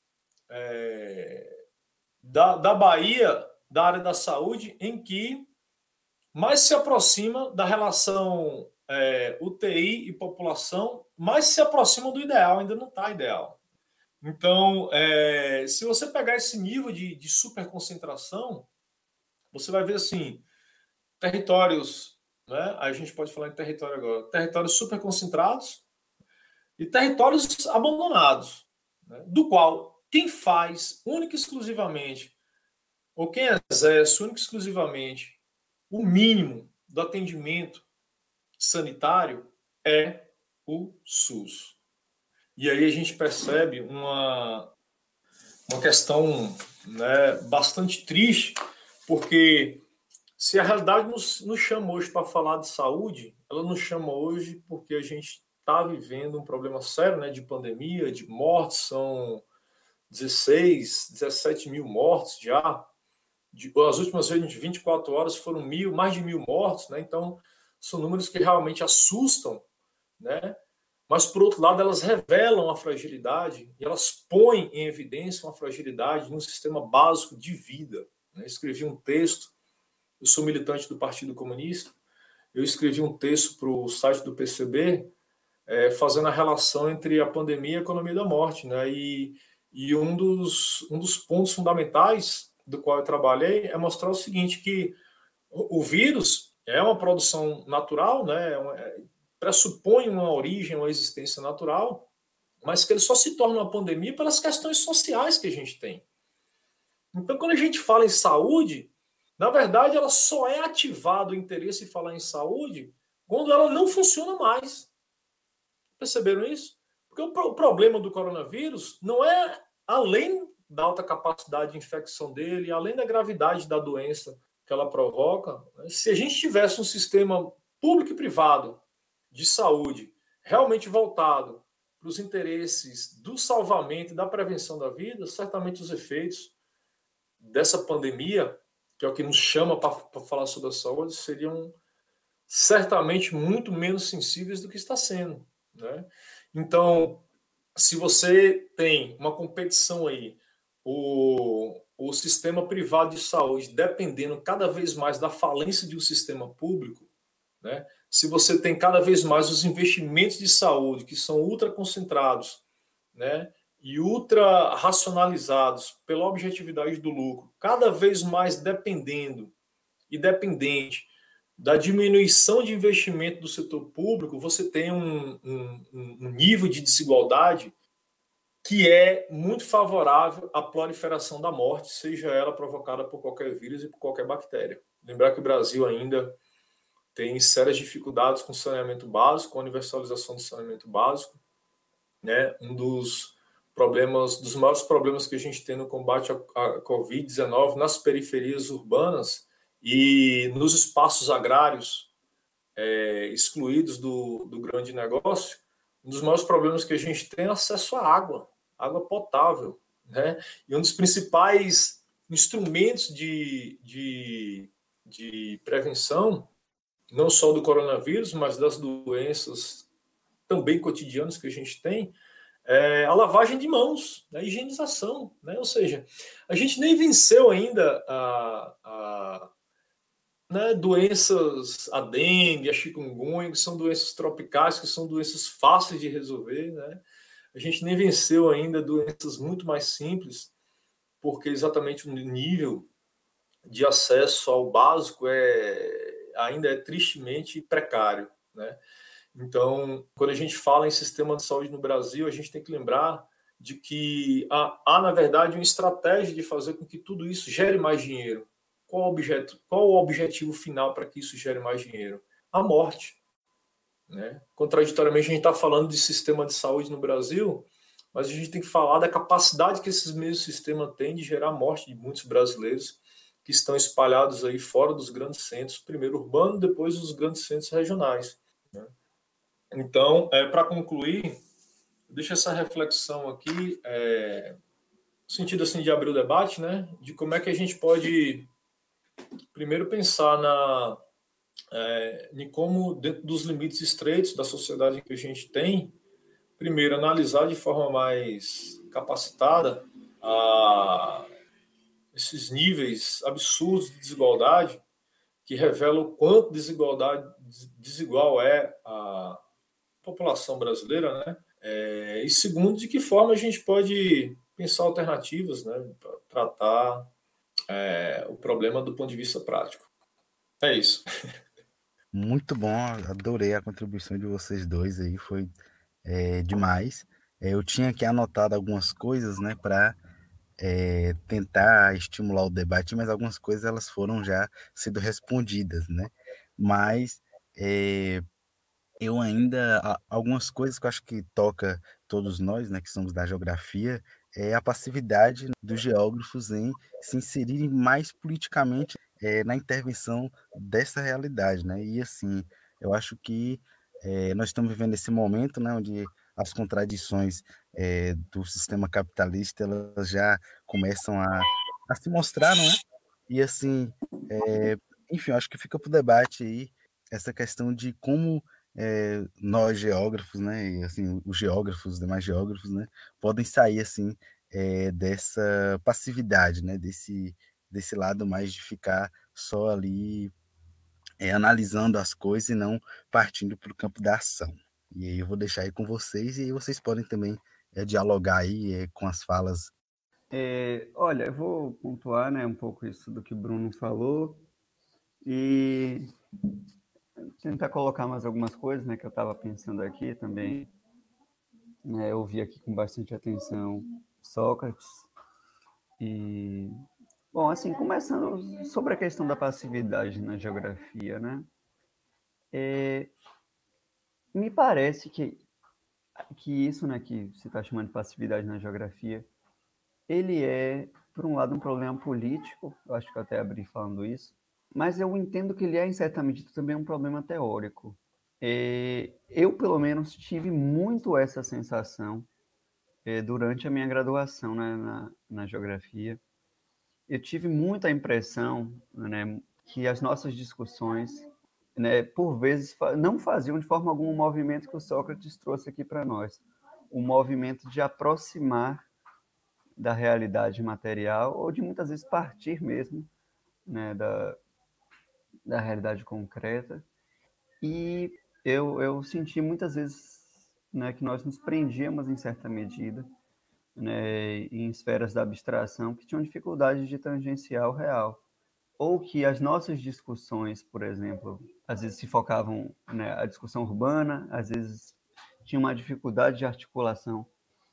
da Bahia, da área da saúde, em que mais se aproxima da relação UTI e população, mais se aproxima do ideal, ainda não está ideal. Então, se você pegar esse nível de superconcentração, você vai ver assim, territórios, né? A gente pode falar em território agora, territórios superconcentrados e territórios abandonados, né? Do qual quem faz única e exclusivamente, ou quem exerce única e exclusivamente o mínimo do atendimento sanitário é o SUS. E aí a gente percebe uma questão, né, bastante triste, porque se a realidade nos chama hoje para falar de saúde, ela nos chama hoje porque a gente está vivendo um problema sério, né, de pandemia, de mortes, são 16, 17 mil mortes já. As últimas 24 horas foram mais de 1.000 mortos, né? Então, são números que realmente assustam, né? Mas, por outro lado, elas revelam a fragilidade e elas põem em evidência uma fragilidade no sistema básico de vida. Né? Eu escrevi um texto, eu sou militante do Partido Comunista, eu escrevi um texto para o site do PCB, fazendo a relação entre a pandemia e a economia da morte. Né? E um dos pontos fundamentais do qual eu trabalhei é mostrar o seguinte, que o vírus é uma produção natural, né? Pressupõe uma origem, uma existência natural, mas que ele só se torna uma pandemia pelas questões sociais que a gente tem. Então, quando a gente fala em saúde, na verdade, ela só é ativado o interesse em falar em saúde quando ela não funciona mais. Perceberam isso? Porque o problema do coronavírus não é além da alta capacidade de infecção dele, além da gravidade da doença que ela provoca. Se a gente tivesse um sistema público e privado de saúde realmente voltado para os interesses do salvamento e da prevenção da vida, certamente os efeitos dessa pandemia, que é o que nos chama para falar sobre a saúde, seriam certamente muito menos sensíveis do que está sendo, né? Então, se você tem uma competição aí, o sistema privado de saúde dependendo cada vez mais da falência de um sistema público, né? Se você tem cada vez mais os investimentos de saúde que são ultra concentrados, né? E ultra racionalizados pela objetividade do lucro, cada vez mais dependendo e dependente da diminuição de investimento do setor público, você tem um nível de desigualdade que é muito favorável à proliferação da morte, seja ela provocada por qualquer vírus e por qualquer bactéria. Lembrar que o Brasil ainda tem sérias dificuldades com saneamento básico, com a universalização do saneamento básico, né? Um dos maiores problemas que a gente tem no combate à Covid-19 nas periferias urbanas e nos espaços agrários excluídos do grande negócio, um dos maiores problemas que a gente tem é acesso à água potável, né? E um dos principais instrumentos de prevenção, não só do coronavírus, mas das doenças também cotidianas que a gente tem, é a lavagem de mãos, a higienização, né? Ou seja, a gente nem venceu ainda né, doenças, a dengue, a chikungunya, que são doenças tropicais, que são doenças fáceis de resolver, né? A gente nem venceu ainda doenças muito mais simples, porque exatamente o nível de acesso ao básico ainda é tristemente precário, né? Então, quando a gente fala em sistema de saúde no Brasil, a gente tem que lembrar de que há na verdade, uma estratégia de fazer com que tudo isso gere mais dinheiro. Qual o objetivo final para que isso gere mais dinheiro? A morte. Né? Contraditoriamente, a gente está falando de sistema de saúde no Brasil, mas a gente tem que falar da capacidade que esses mesmos sistemas têm de gerar morte de muitos brasileiros que estão espalhados aí fora dos grandes centros, primeiro urbano, depois os grandes centros regionais. Né? Então, para concluir, deixa essa reflexão aqui, no sentido assim de abrir o debate, né, de como é que a gente pode primeiro pensar em como, dentro dos limites estreitos da sociedade que a gente tem, primeiro analisar de forma mais capacitada esses níveis absurdos de desigualdade que revelam o quanto desigual é a população brasileira, né? E segundo, de que forma a gente pode pensar alternativas, né, para tratar o problema do ponto de vista prático. É isso. Muito bom, adorei a contribuição de vocês dois aí, foi demais. Eu tinha aqui anotado algumas coisas, né, para tentar estimular o debate, mas algumas coisas elas foram já sendo respondidas, né? Mas eu ainda algumas coisas que eu acho que toca todos nós, né, que somos da geografia, é a passividade dos geógrafos em se inserirem mais politicamente na intervenção dessa realidade, né? E assim, eu acho que nós estamos vivendo esse momento, né, onde as contradições do sistema capitalista elas já começam a se mostrar, não é? E assim, enfim, eu acho que fica para o debate aí essa questão de como nós geógrafos, né, e assim os geógrafos, os demais geógrafos, né, podem sair assim dessa passividade, né, desse lado mais de ficar só ali analisando as coisas e não partindo para o campo da ação. E aí eu vou deixar aí com vocês e aí vocês podem também dialogar aí com as falas. Olha, eu vou pontuar, né, um pouco isso do que o Bruno falou e tentar colocar mais algumas coisas, né, que eu estava pensando aqui também. Eu ouvi aqui com bastante atenção Sócrates e, bom, assim, começando sobre a questão da passividade na geografia, né? Me parece que isso, né, que se está chamando de passividade na geografia, ele é, por um lado, um problema político, eu acho que eu até abri falando isso, mas eu entendo que ele é, em certa medida, também um problema teórico. Eu, pelo menos, tive muito essa sensação durante a minha graduação, né, na geografia. Eu tive muita impressão, né, que as nossas discussões né, por vezes, não faziam de forma alguma o movimento que o Sócrates trouxe aqui para nós. O movimento de aproximar da realidade material, ou de muitas vezes partir mesmo, né, da realidade concreta. E eu senti muitas vezes, né, que nós nos prendíamos em certa medida, né, em esferas da abstração que tinham dificuldade de tangenciar o real. Ou que as nossas discussões, por exemplo, às vezes se focavam, né, a discussão urbana, às vezes tinha uma dificuldade de articulação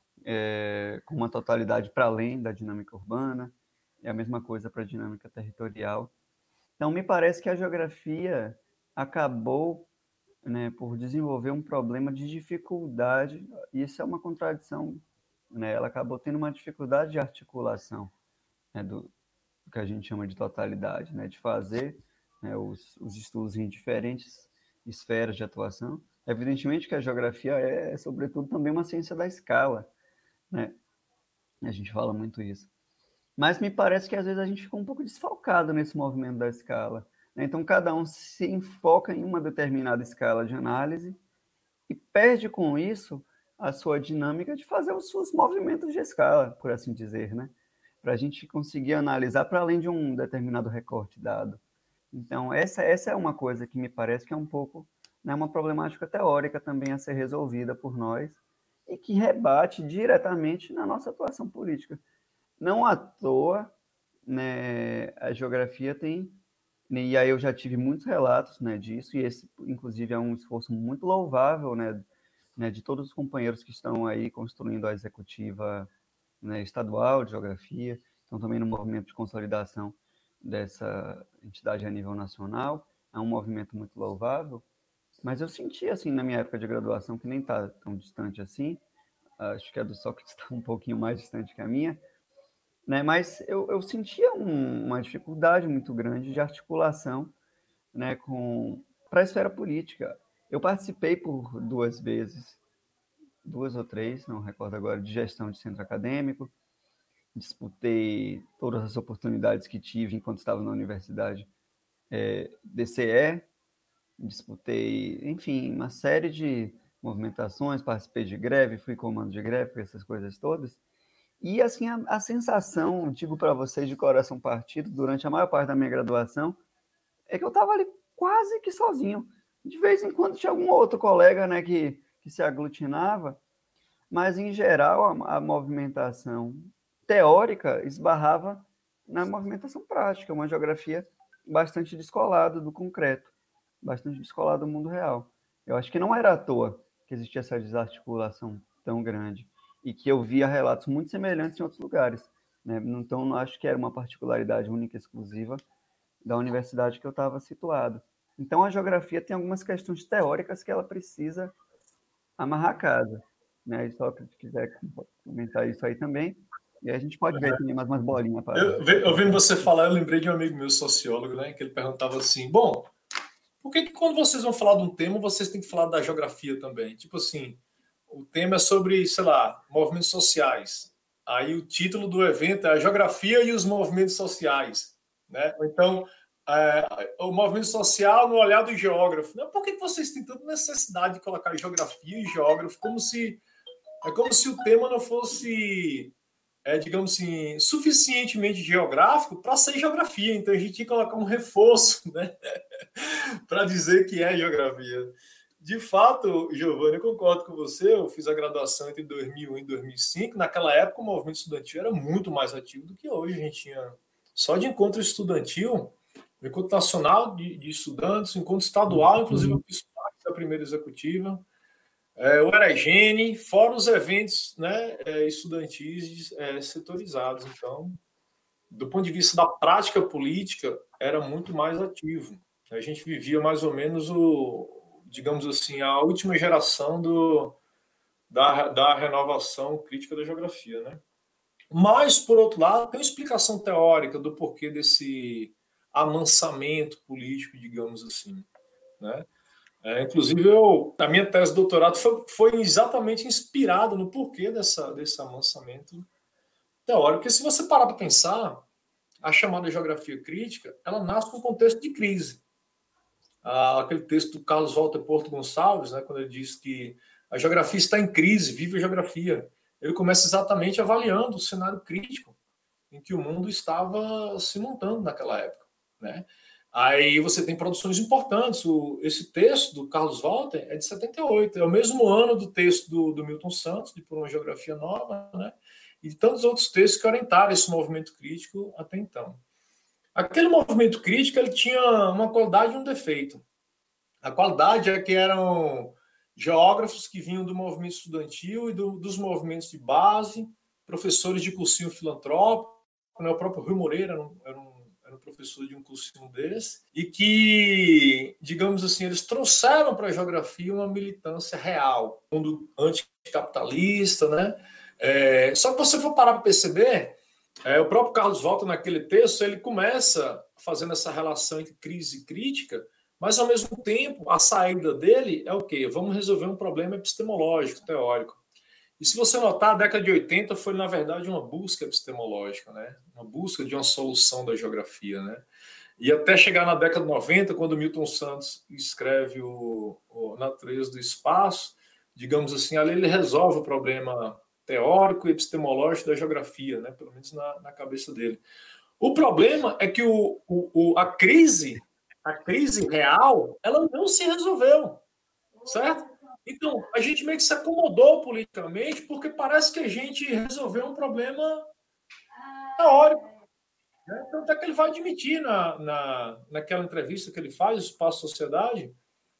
com uma totalidade para além da dinâmica urbana, e a mesma coisa para a dinâmica territorial. Então, me parece que a geografia acabou, né, por desenvolver um problema de dificuldade, e isso é uma contradição, né? Ela acabou tendo uma dificuldade de articulação, né, do que a gente chama de totalidade, né, de fazer, né, os estudos em diferentes esferas de atuação. Evidentemente que a geografia sobretudo, também uma ciência da escala, né? A gente fala muito isso. Mas me parece que às vezes a gente fica um pouco desfalcado nesse movimento da escala, né? Então, cada um se enfoca em uma determinada escala de análise e perde com isso a sua dinâmica de fazer os seus movimentos de escala, por assim dizer, né? Para a gente conseguir analisar para além de um determinado recorte dado. Então, essa é uma coisa que me parece que é um pouco, né, uma problemática teórica também a ser resolvida por nós e que rebate diretamente na nossa atuação política. Não à toa, né, a geografia tem, e aí eu já tive muitos relatos, né, disso, e esse, inclusive, é um esforço muito louvável, né, de todos os companheiros que estão aí construindo a executiva, né, estadual de geografia, estão também no movimento de consolidação dessa entidade a nível nacional. É um movimento muito louvável, mas eu senti, assim, na minha época de graduação, que nem está tão distante assim, acho que a do Sócrates está um pouquinho mais distante que a minha, né? Mas eu sentia uma dificuldade muito grande de articulação, né, para a esfera política. Eu participei por 2 vezes, 2 ou 3, não recordo agora, de gestão de centro acadêmico, disputei todas as oportunidades que tive enquanto estava na universidade, DCE, disputei, enfim, uma série de movimentações, participei de greve, fui comando de greve, essas coisas todas. E, assim, a sensação, digo para vocês de coração partido, durante a maior parte da minha graduação, é que eu estava ali quase que sozinho. De vez em quando tinha algum outro colega, né, que se aglutinava, mas, em geral, a movimentação teórica esbarrava na movimentação prática, uma geografia bastante descolada do concreto, bastante descolada do mundo real. Eu acho que não era à toa que existia essa desarticulação tão grande e que eu via relatos muito semelhantes em outros lugares, né? Então, não acho que era uma particularidade única e exclusiva da universidade que eu estava situado. Então, a geografia tem algumas questões teóricas que ela precisa amarrar a casa, né? E só se quiser comentar isso aí também, e aí a gente pode ver também mais umas bolinhas para... Ouvindo você falar, eu lembrei de um amigo meu, sociólogo, né? Que ele perguntava assim, bom, por que quando vocês vão falar de um tema, vocês têm que falar da geografia também? Tipo assim, o tema é sobre, sei lá, movimentos sociais. Aí o título do evento é a geografia e os movimentos sociais, né? Então, o movimento social no olhar do geógrafo. Né? Por que vocês têm tanta necessidade de colocar geografia e geógrafo como se o tema não fosse, digamos assim, suficientemente geográfico para ser geografia. Então a gente tinha que colocar um reforço, né? Para dizer que é geografia. De fato, Giovanni, eu concordo com você. Eu fiz a graduação entre 2001 e 2005. Naquela época, o movimento estudantil era muito mais ativo do que hoje. A gente tinha só de encontro estudantil, encontro nacional de estudantes, encontro estadual, inclusive eu fiz parte da primeira executiva, o Eregene, fora os eventos, né, estudantis setorizados. Então, do ponto de vista da prática política, era muito mais ativo. A gente vivia mais ou menos digamos assim, a última geração da renovação crítica da geografia, né? Mas, por outro lado, tem uma explicação teórica do porquê desse amansamento político, digamos assim, né? Inclusive, a minha tese de doutorado foi exatamente inspirada no porquê desse amansamento teórico. Porque se você parar para pensar, a chamada geografia crítica, ela nasce num contexto de crise. aquele texto do Carlos Walter Porto Gonçalves, né, quando ele diz que a geografia está em crise, vive a geografia. Ele começa exatamente avaliando o cenário crítico em que o mundo estava se montando naquela época, né? Aí você tem produções importantes. Esse texto do Carlos Walter é de 78, é o mesmo ano do texto do Milton Santos, de Por uma Geografia Nova, né? E de tantos outros textos que orientaram esse movimento crítico até então. Aquele movimento crítico ele tinha uma qualidade e um defeito. A qualidade é que eram geógrafos que vinham do movimento estudantil e dos movimentos de base, professores de cursinho filantrópico, né? O próprio Rui Moreira era um professor de um cursinho desse, e que, digamos assim, eles trouxeram para a geografia uma militância real, um mundo anticapitalista, né? Só que você for parar para perceber, o próprio Carlos Walter, naquele texto, ele começa fazendo essa relação entre crise e crítica, mas, ao mesmo tempo, a saída dele é o quê? Vamos resolver um problema epistemológico, teórico. E se você notar, a década de 80 foi, na verdade, uma busca epistemológica, né? Uma busca de uma solução da geografia, né? E até chegar na década de 90, quando Milton Santos escreve o Natureza do Espaço, digamos assim, ali ele resolve o problema teórico e epistemológico da geografia, né? Pelo menos na cabeça dele. O problema é que a crise real, ela não se resolveu, certo? Então, a gente meio que se acomodou politicamente porque parece que a gente resolveu um problema teórico. Né? Então, até que ele vai admitir naquela entrevista que ele faz, Espaço Sociedade,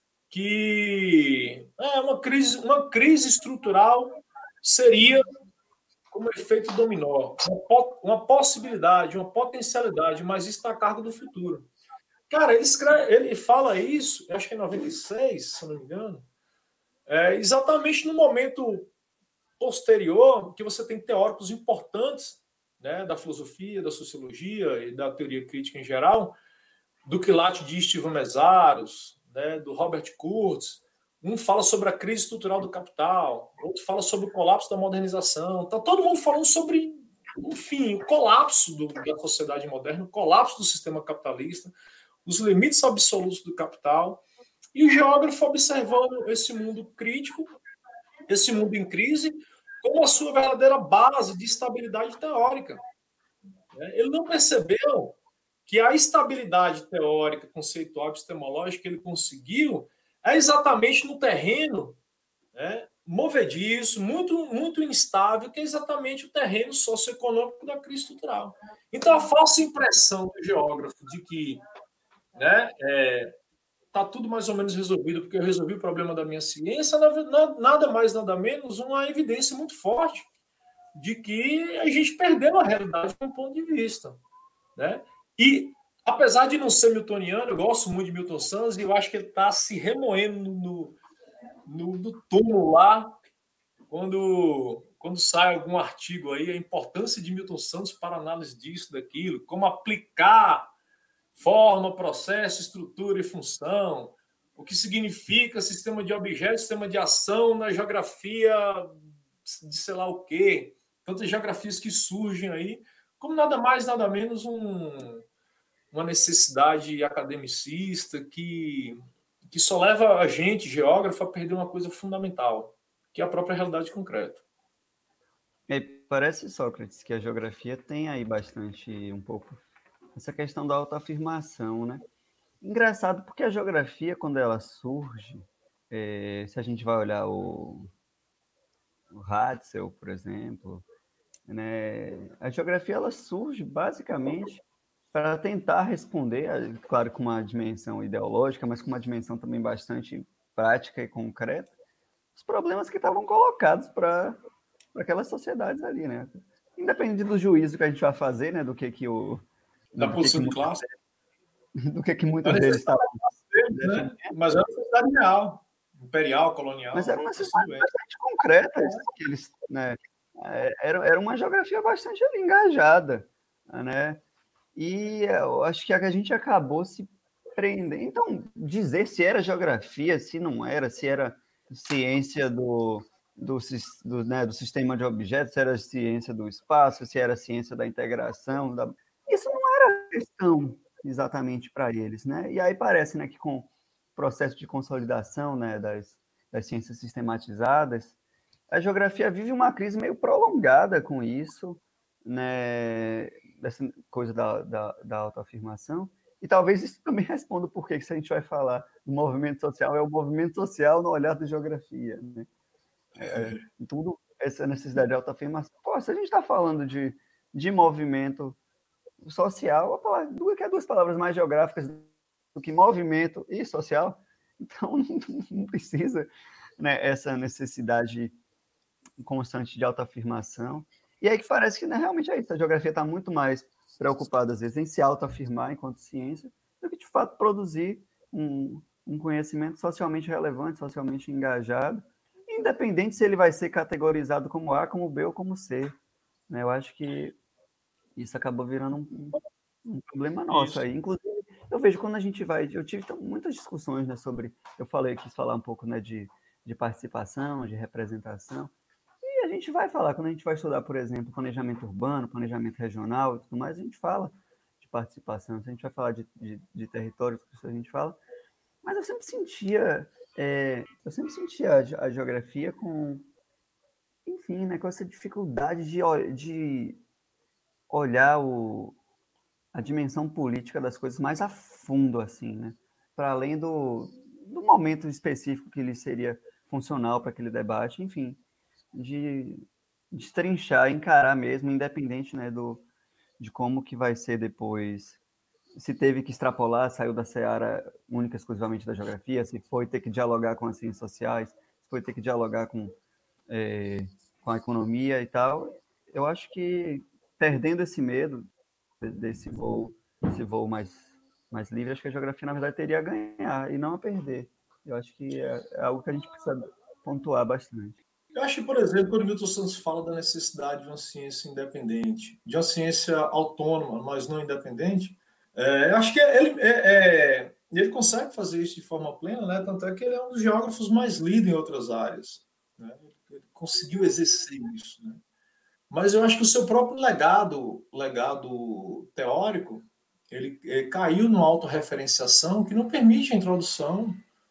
que uma crise estrutural seria como efeito dominó, uma possibilidade, uma potencialidade, mas isso está a cargo do futuro. Cara, ele fala isso, acho que é em 96, se não me engano, exatamente no momento posterior que você tem teóricos importantes, né, da filosofia, da sociologia e da teoria crítica em geral, do quilate de Steven Mesaros, né, do Robert Kurtz. Um fala sobre a crise estrutural do capital, outro fala sobre o colapso da modernização. Está todo mundo falando sobre, enfim, o colapso da sociedade moderna, o colapso do sistema capitalista, os limites absolutos do capital. E o geógrafo observando esse mundo crítico, esse mundo em crise, como a sua verdadeira base de estabilidade teórica. Ele não percebeu que a estabilidade teórica, conceitual, epistemológica que ele conseguiu é exatamente no terreno, né, movediço, muito, muito instável, que é exatamente o terreno socioeconômico da crise estrutural. Então, a falsa impressão do geógrafo de que, né, está tudo mais ou menos resolvido porque eu resolvi o problema da minha ciência, nada mais, nada menos, uma evidência muito forte de que a gente perdeu a realidade de um ponto de vista. Né? E, apesar de não ser miltoniano, eu gosto muito de Milton Santos e eu acho que ele está se remoendo no túmulo lá, quando sai algum artigo aí, a importância de Milton Santos para análise disso, daquilo, como aplicar forma, processo, estrutura e função, o que significa sistema de objeto, sistema de ação na geografia de sei lá o quê, tantas geografias que surgem aí, como nada mais, nada menos uma necessidade academicista que só leva a gente, geógrafo, a perder uma coisa fundamental, que é a própria realidade concreta. Parece, Sócrates, que a geografia tem aí bastante, um pouco, essa questão da autoafirmação, né? Engraçado, porque a geografia, quando ela surge, se a gente vai olhar o Hatzel, por exemplo, né, a geografia ela surge basicamente para tentar responder, claro, com uma dimensão ideológica, mas com uma dimensão também bastante prática e concreta, os problemas que estavam colocados para aquelas sociedades ali, né? Independente do juízo que a gente vai fazer, né, do que o... Da posição de classe. Do que muitos deles estavam... Né? Mas era uma sociedade real, imperial, colonial. Mas era uma sociedade bastante concreta, que eles, né, era uma geografia bastante engajada, né? E eu acho que a gente acabou se prendendo. Então, dizer se era geografia, se não era, se era ciência do sistema de objetos, se era ciência do espaço, se era ciência da integração, isso não era questão exatamente para eles, né? E aí parece, né, que com processo de consolidação, né, das ciências sistematizadas, a geografia vive uma crise meio prolongada com isso, né, dessa coisa da autoafirmação. E talvez isso também responda o porquê que se a gente vai falar do movimento social, é o movimento social no olhar da geografia, né? Tudo essa necessidade de autoafirmação. Pô, se a gente está falando de movimento social, duas palavras mais geográficas do que movimento e social, então não precisa, né, essa necessidade constante de autoafirmação. E aí que parece que, né, realmente é isso, a geografia está muito mais preocupada, às vezes, em se autoafirmar enquanto ciência, do que, de fato, produzir um conhecimento socialmente relevante, socialmente engajado, independente se ele vai ser categorizado como A, como B ou como C. Né? Eu acho que isso acabou virando um problema nosso aí. Inclusive, eu vejo quando a gente vai... Eu tive muitas discussões, né, sobre... quis falar um pouco, né, de participação, de representação. E a gente vai falar, quando a gente vai estudar, por exemplo, planejamento urbano, planejamento regional e tudo mais, a gente fala de participação. Se a gente vai falar de territórios, a gente fala. Mas eu sempre sentia a geografia com, enfim, né, com essa dificuldade de olhar a dimensão política das coisas mais a fundo, assim, né? Para além do momento específico que lhe seria funcional para aquele debate, enfim, de destrinchar, encarar mesmo, independente, né, de como que vai ser depois, se teve que extrapolar, saiu da seara única exclusivamente da geografia, se foi ter que dialogar com as ciências sociais, se foi ter que dialogar com a economia e tal. Eu acho que perdendo esse medo desse voo mais livre, acho que a geografia, na verdade, teria a ganhar e não a perder. Eu acho que é algo que a gente precisa pontuar bastante. Eu acho que, por exemplo, quando o Milton Santos fala da necessidade de uma ciência independente, de uma ciência autônoma, mas não independente, eu acho que ele consegue fazer isso de forma plena, né? Tanto é que ele é um dos geógrafos mais lidos em outras áreas. Né? Ele conseguiu exercer isso. Né? Mas eu acho que o seu próprio legado teórico, ele caiu numa autorreferenciação que não permite a introdução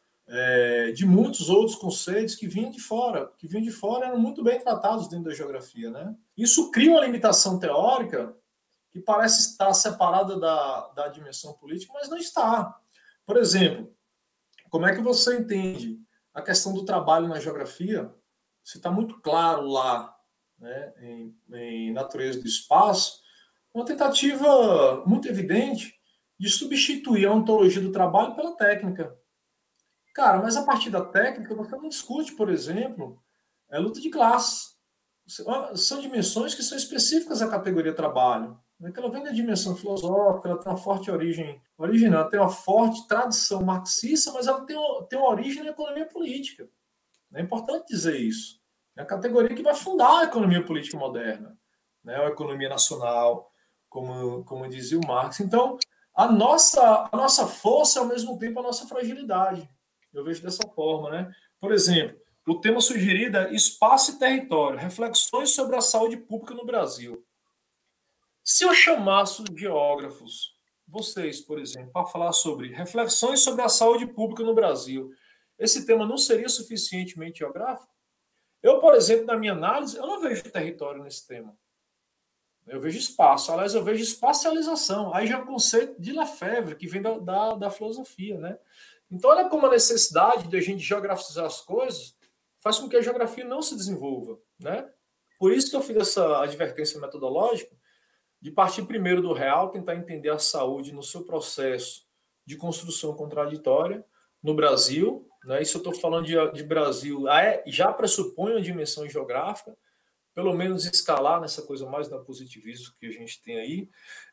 de muitos outros conceitos que vinham de fora eram muito bem tratados dentro da geografia, né? Isso cria uma limitação teórica que parece estar separada da dimensão política, mas não está. Por exemplo, como é que você entende a questão do trabalho na geografia? Se está muito claro lá, né, em Natureza do Espaço, uma tentativa muito evidente de substituir a ontologia do trabalho pela técnica. Cara, mas a partir da técnica, você não discute, por exemplo, luta de classe. São dimensões que são específicas à categoria trabalho. Ela vem da dimensão filosófica, ela tem uma forte origem não, ela tem uma forte tradição marxista, mas ela tem uma origem na economia política. É importante dizer isso. É a categoria que vai fundar a economia política moderna, né? A economia nacional, como dizia o Marx. Então, a nossa força é, ao mesmo tempo, a nossa fragilidade. Eu vejo dessa forma, né? Por exemplo, o tema sugerido é Espaço e Território, reflexões sobre a saúde pública no Brasil. Se eu chamasse os geógrafos, vocês, por exemplo, para falar sobre reflexões sobre a saúde pública no Brasil, esse tema não seria suficientemente geográfico? Eu, por exemplo, na minha análise, eu não vejo território nesse tema. Eu vejo espaço. Aliás, eu vejo espacialização. Aí já é um conceito de Lefebvre, que vem da filosofia, né? Então, olha como a necessidade de a gente geografizar as coisas faz com que a geografia não se desenvolva, né? Por isso que eu fiz essa advertência metodológica de partir primeiro do real, tentar entender a saúde no seu processo de construção contraditória no Brasil, né? Isso eu estou falando de Brasil, já pressupõe uma dimensão geográfica, pelo menos escalar nessa coisa mais da positivismo que a gente tem aí,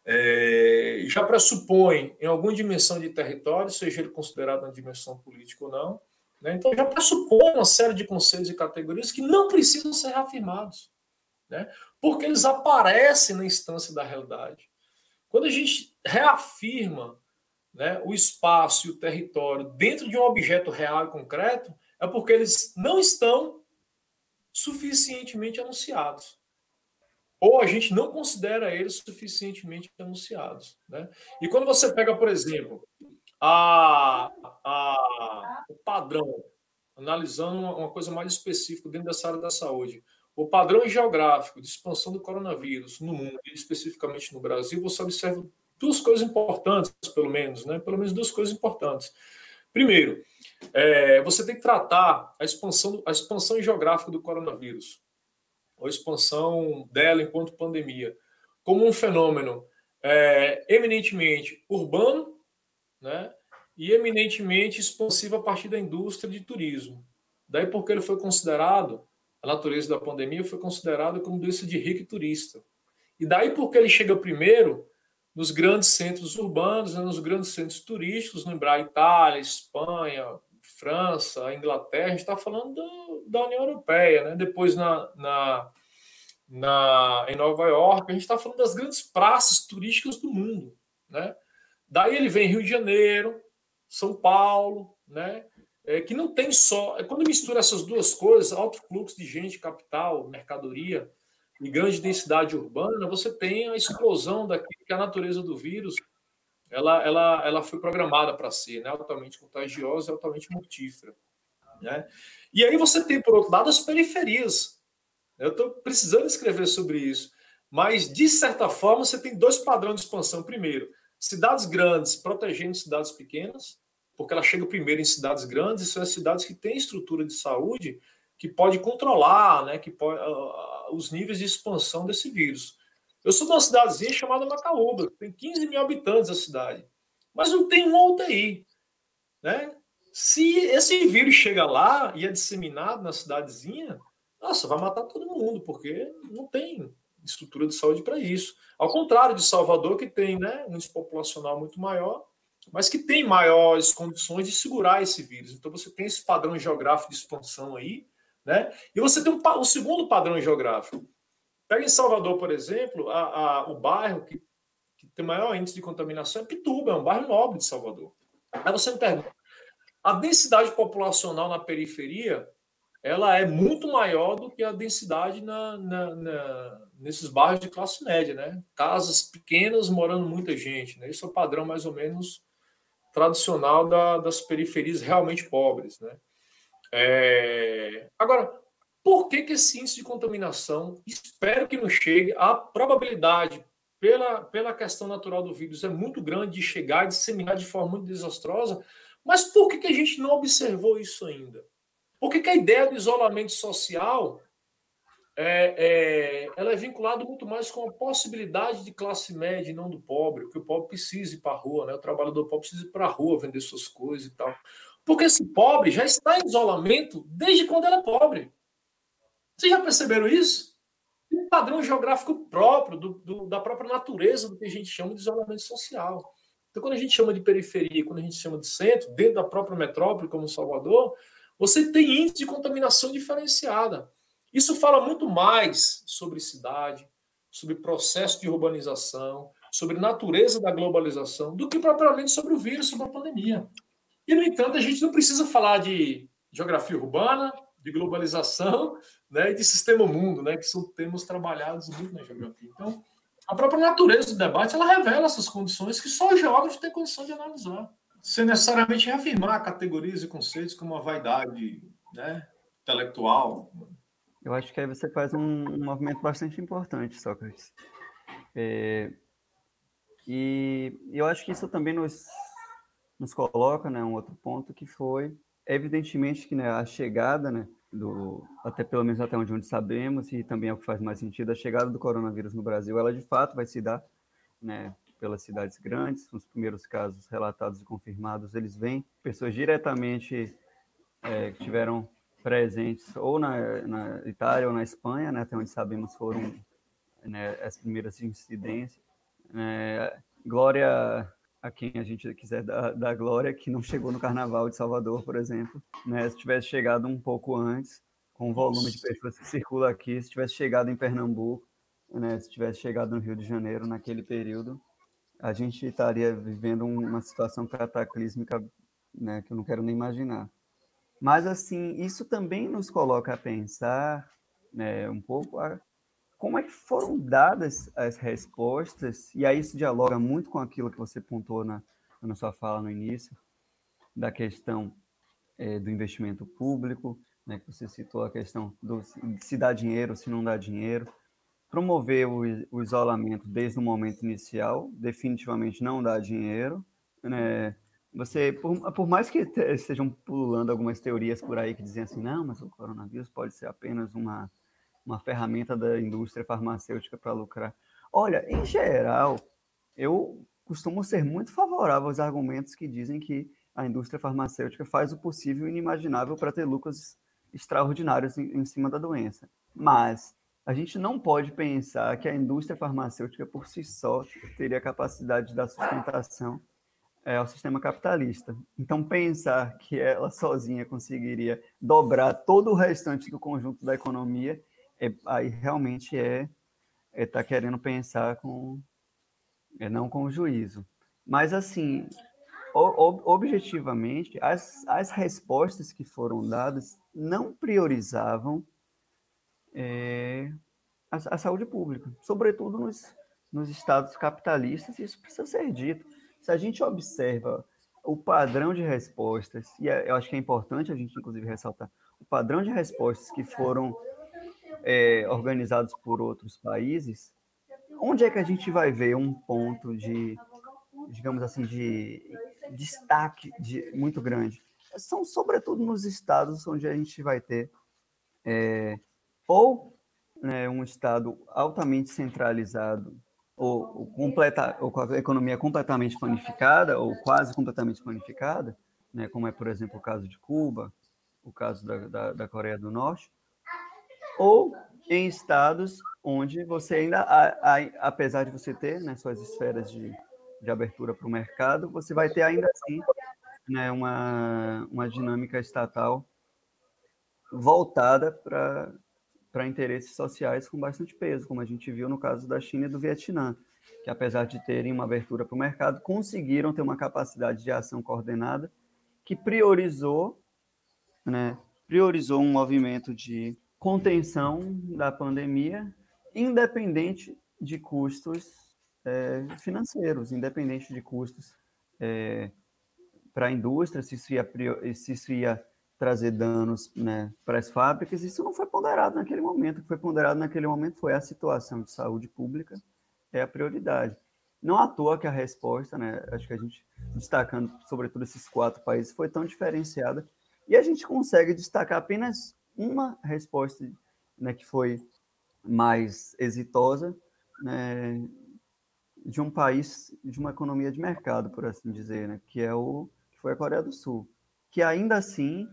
já pressupõe em alguma dimensão de território, seja ele considerado uma dimensão política ou não, né? Então já pressupõe uma série de conceitos e categorias que não precisam ser reafirmados, né? Porque eles aparecem na instância da realidade. Quando a gente reafirma, né, o espaço e o território dentro de um objeto real e concreto, é porque eles não estão suficientemente anunciados. Ou a gente não considera eles suficientemente anunciados. Né? E quando você pega, por exemplo, a padrão, analisando uma coisa mais específica dentro dessa área da saúde, o padrão geográfico de expansão do coronavírus no mundo, e especificamente no Brasil, você observa duas coisas importantes, pelo menos, né? Pelo menos duas coisas importantes. Primeiro, você tem que tratar a expansão geográfica do coronavírus, ou a expansão dela enquanto pandemia, como um fenômeno eminentemente urbano, né? E eminentemente expansivo a partir da indústria de turismo. Daí porque ele foi considerado, a natureza da pandemia foi considerada como doença de rico e turista. E daí porque ele chega primeiro nos grandes centros urbanos, né, nos grandes centros turísticos, lembrar Itália, Espanha, França, Inglaterra, a gente está falando da União Europeia, né? Depois em Nova York, a gente está falando das grandes praças turísticas do mundo, né? Daí ele vem Rio de Janeiro, São Paulo, né? Que não tem só. Quando mistura essas duas coisas, alto fluxo de gente, capital, mercadoria e grande densidade urbana, você tem a explosão daquilo que a natureza do vírus ela foi programada para ser, né? Altamente contagiosa e altamente mortífera, né? E aí você tem, por outro lado, as periferias. Eu estou precisando escrever sobre isso. Mas, de certa forma, você tem dois padrões de expansão. Primeiro, cidades grandes protegendo cidades pequenas, porque ela chega primeiro em cidades grandes, e são as cidades que têm estrutura de saúde que pode controlar, né, os níveis de expansão desse vírus. Eu sou de uma cidadezinha chamada Macaúba, tem 15 mil habitantes a cidade, mas não tem uma UTI, né? Se esse vírus chega lá e é disseminado na cidadezinha, nossa, vai matar todo mundo, porque não tem estrutura de saúde para isso. Ao contrário de Salvador, que tem, né, um índice populacional muito maior, mas que tem maiores condições de segurar esse vírus. Então você tem esse padrão geográfico de expansão aí, né? E você tem um segundo padrão geográfico. Pega em Salvador, por exemplo, o bairro que tem maior índice de contaminação é Pituba, é um bairro nobre de Salvador. Aí você me pergunta, a densidade populacional na periferia ela é muito maior do que a densidade nesses bairros de classe média, né? Casas pequenas morando muita gente, né? Esse é o padrão mais ou menos tradicional das periferias realmente pobres, né? Agora, por que esse índice de contaminação, espero que não chegue, a probabilidade pela questão natural do vírus é muito grande de chegar e disseminar de forma muito desastrosa, mas por que a gente não observou isso ainda? Por que a ideia do isolamento social ela é vinculada muito mais com a possibilidade de classe média e não do pobre, que o pobre precisa ir para a rua, né? O trabalhador pobre precisa ir para a rua vender suas coisas e tal. Porque esse pobre já está em isolamento desde quando ele é pobre. Vocês já perceberam isso? Tem um padrão geográfico próprio da própria natureza do que a gente chama de isolamento social. Então, quando a gente chama de periferia, quando a gente chama de centro, dentro da própria metrópole, como Salvador, você tem índice de contaminação diferenciada. Isso fala muito mais sobre cidade, sobre processo de urbanização, sobre natureza da globalização, do que propriamente sobre o vírus, sobre a pandemia. E, no entanto, a gente não precisa falar de geografia urbana, de globalização, né, e de sistema mundo, né, que são temas trabalhados muito na geografia. Então, a própria natureza do debate ela revela essas condições que só o geógrafo tem condição de analisar, sem necessariamente reafirmar categorias e conceitos como a vaidade, né, intelectual. Eu acho que aí você faz um movimento bastante importante, Sócrates. E eu acho que isso também nos coloca, né, um outro ponto que foi, evidentemente, que, né, a chegada, né, até pelo menos até onde sabemos, e também é o que faz mais sentido, a chegada do coronavírus no Brasil, ela de fato vai se dar, né, pelas cidades grandes. Os primeiros casos relatados e confirmados, eles vêm pessoas diretamente que tiveram presentes ou na Itália ou na Espanha, né, até onde sabemos foram, né, as primeiras incidências. Glória a quem a gente quiser dar glória, que não chegou no Carnaval de Salvador, por exemplo, né? Se tivesse chegado um pouco antes, com o volume de pessoas que circula aqui, se tivesse chegado em Pernambuco, né, se tivesse chegado no Rio de Janeiro naquele período, a gente estaria vivendo uma situação cataclísmica, né, que eu não quero nem imaginar. Mas, assim, isso também nos coloca a pensar, né, um pouco como é que foram dadas as respostas, e aí isso dialoga muito com aquilo que você pontuou na sua fala no início, da questão do investimento público, né, que você citou a questão de se dá dinheiro, se não dá dinheiro, promover o isolamento desde o momento inicial, definitivamente não dá dinheiro, né? Você, por mais que estejam pululando algumas teorias por aí que dizem assim, não, mas o coronavírus pode ser apenas uma ferramenta da indústria farmacêutica para lucrar. Olha, em geral, eu costumo ser muito favorável aos argumentos que dizem que a indústria farmacêutica faz o possível e inimaginável para ter lucros extraordinários em cima da doença. Mas a gente não pode pensar que a indústria farmacêutica por si só teria capacidade de dar sustentação ao sistema capitalista. Então, pensar que ela sozinha conseguiria dobrar todo o restante do conjunto da economia, aí realmente tá querendo pensar não com juízo. Mas, assim, objetivamente, as respostas que foram dadas não priorizavam a saúde pública, sobretudo nos estados capitalistas, e isso precisa ser dito. Se a gente observa o padrão de respostas, e eu acho que é importante a gente, inclusive, ressaltar, o padrão de respostas que foram organizados por outros países, onde é que a gente vai ver um ponto de, digamos assim, de destaque muito grande? São, sobretudo, nos estados onde a gente vai ter ou um estado altamente centralizado ou com a economia completamente planificada ou quase completamente planificada, né, como é, por exemplo, o caso de Cuba, o caso da Coreia do Norte, ou em estados onde você ainda, apesar de você ter, né, suas esferas de abertura para o mercado, você vai ter ainda assim, né, uma dinâmica estatal voltada para interesses sociais com bastante peso, como a gente viu no caso da China e do Vietnã, que apesar de terem uma abertura para o mercado, conseguiram ter uma capacidade de ação coordenada que priorizou um movimento de contenção da pandemia, independente de custos financeiros, independente de custos para a indústria, se isso ia trazer danos, né, para as fábricas. Isso não foi ponderado naquele momento. O que foi ponderado naquele momento foi a situação de saúde pública, é a prioridade. Não à toa que a resposta, né, acho que a gente, destacando sobretudo esses 4 países, foi tão diferenciada, e a gente consegue destacar apenas uma resposta, né, que foi mais exitosa, né, de um país, de uma economia de mercado, por assim dizer, né, que foi a Coreia do Sul, que ainda assim,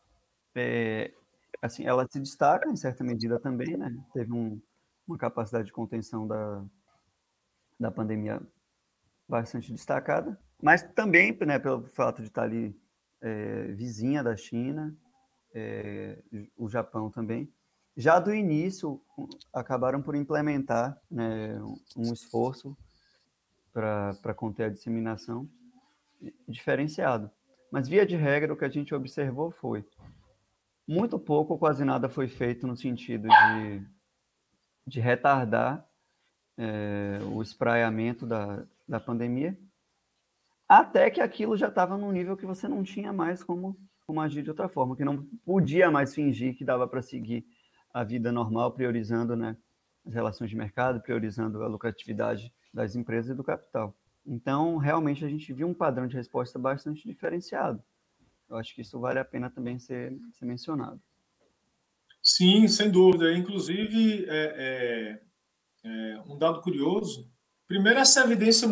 assim, ela se destaca em certa medida também, né, teve uma capacidade de contenção da pandemia bastante destacada, mas também, né, pelo fato de estar ali vizinha da China, o Japão também, já do início acabaram por implementar, né, um esforço para conter a disseminação diferenciado. Mas, via de regra, o que a gente observou foi muito pouco ou quase nada foi feito no sentido de retardar o espraiamento da pandemia, até que aquilo já estava num nível que você não tinha mais como agir de outra forma, que não podia mais fingir que dava para seguir a vida normal, priorizando, né, as relações de mercado, priorizando a lucratividade das empresas e do capital. Então, realmente, a gente viu um padrão de resposta bastante diferenciado. Eu acho que isso vale a pena também ser mencionado. Sim, sem dúvida. Inclusive, um dado curioso. Primeiro, essa evidência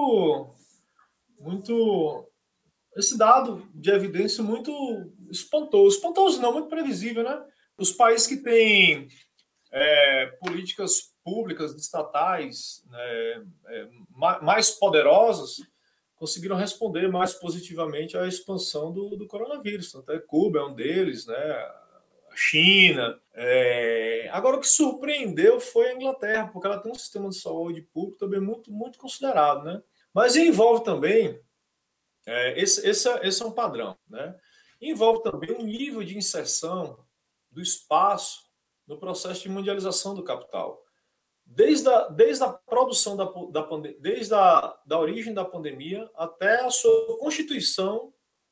esse dado de evidência muito espantoso não, muito previsível, né? Os países que têm políticas públicas, estatais, né, mais poderosas, conseguiram responder mais positivamente à expansão do coronavírus. Até Cuba é um deles, né? A China. Agora, o que surpreendeu foi a Inglaterra, porque ela tem um sistema de saúde público também muito, muito considerado, né? Mas envolve também, esse é um padrão, né? Envolve também um nível de inserção do espaço no processo de mundialização do capital. Desde a produção desde a origem da pandemia até a sua constituição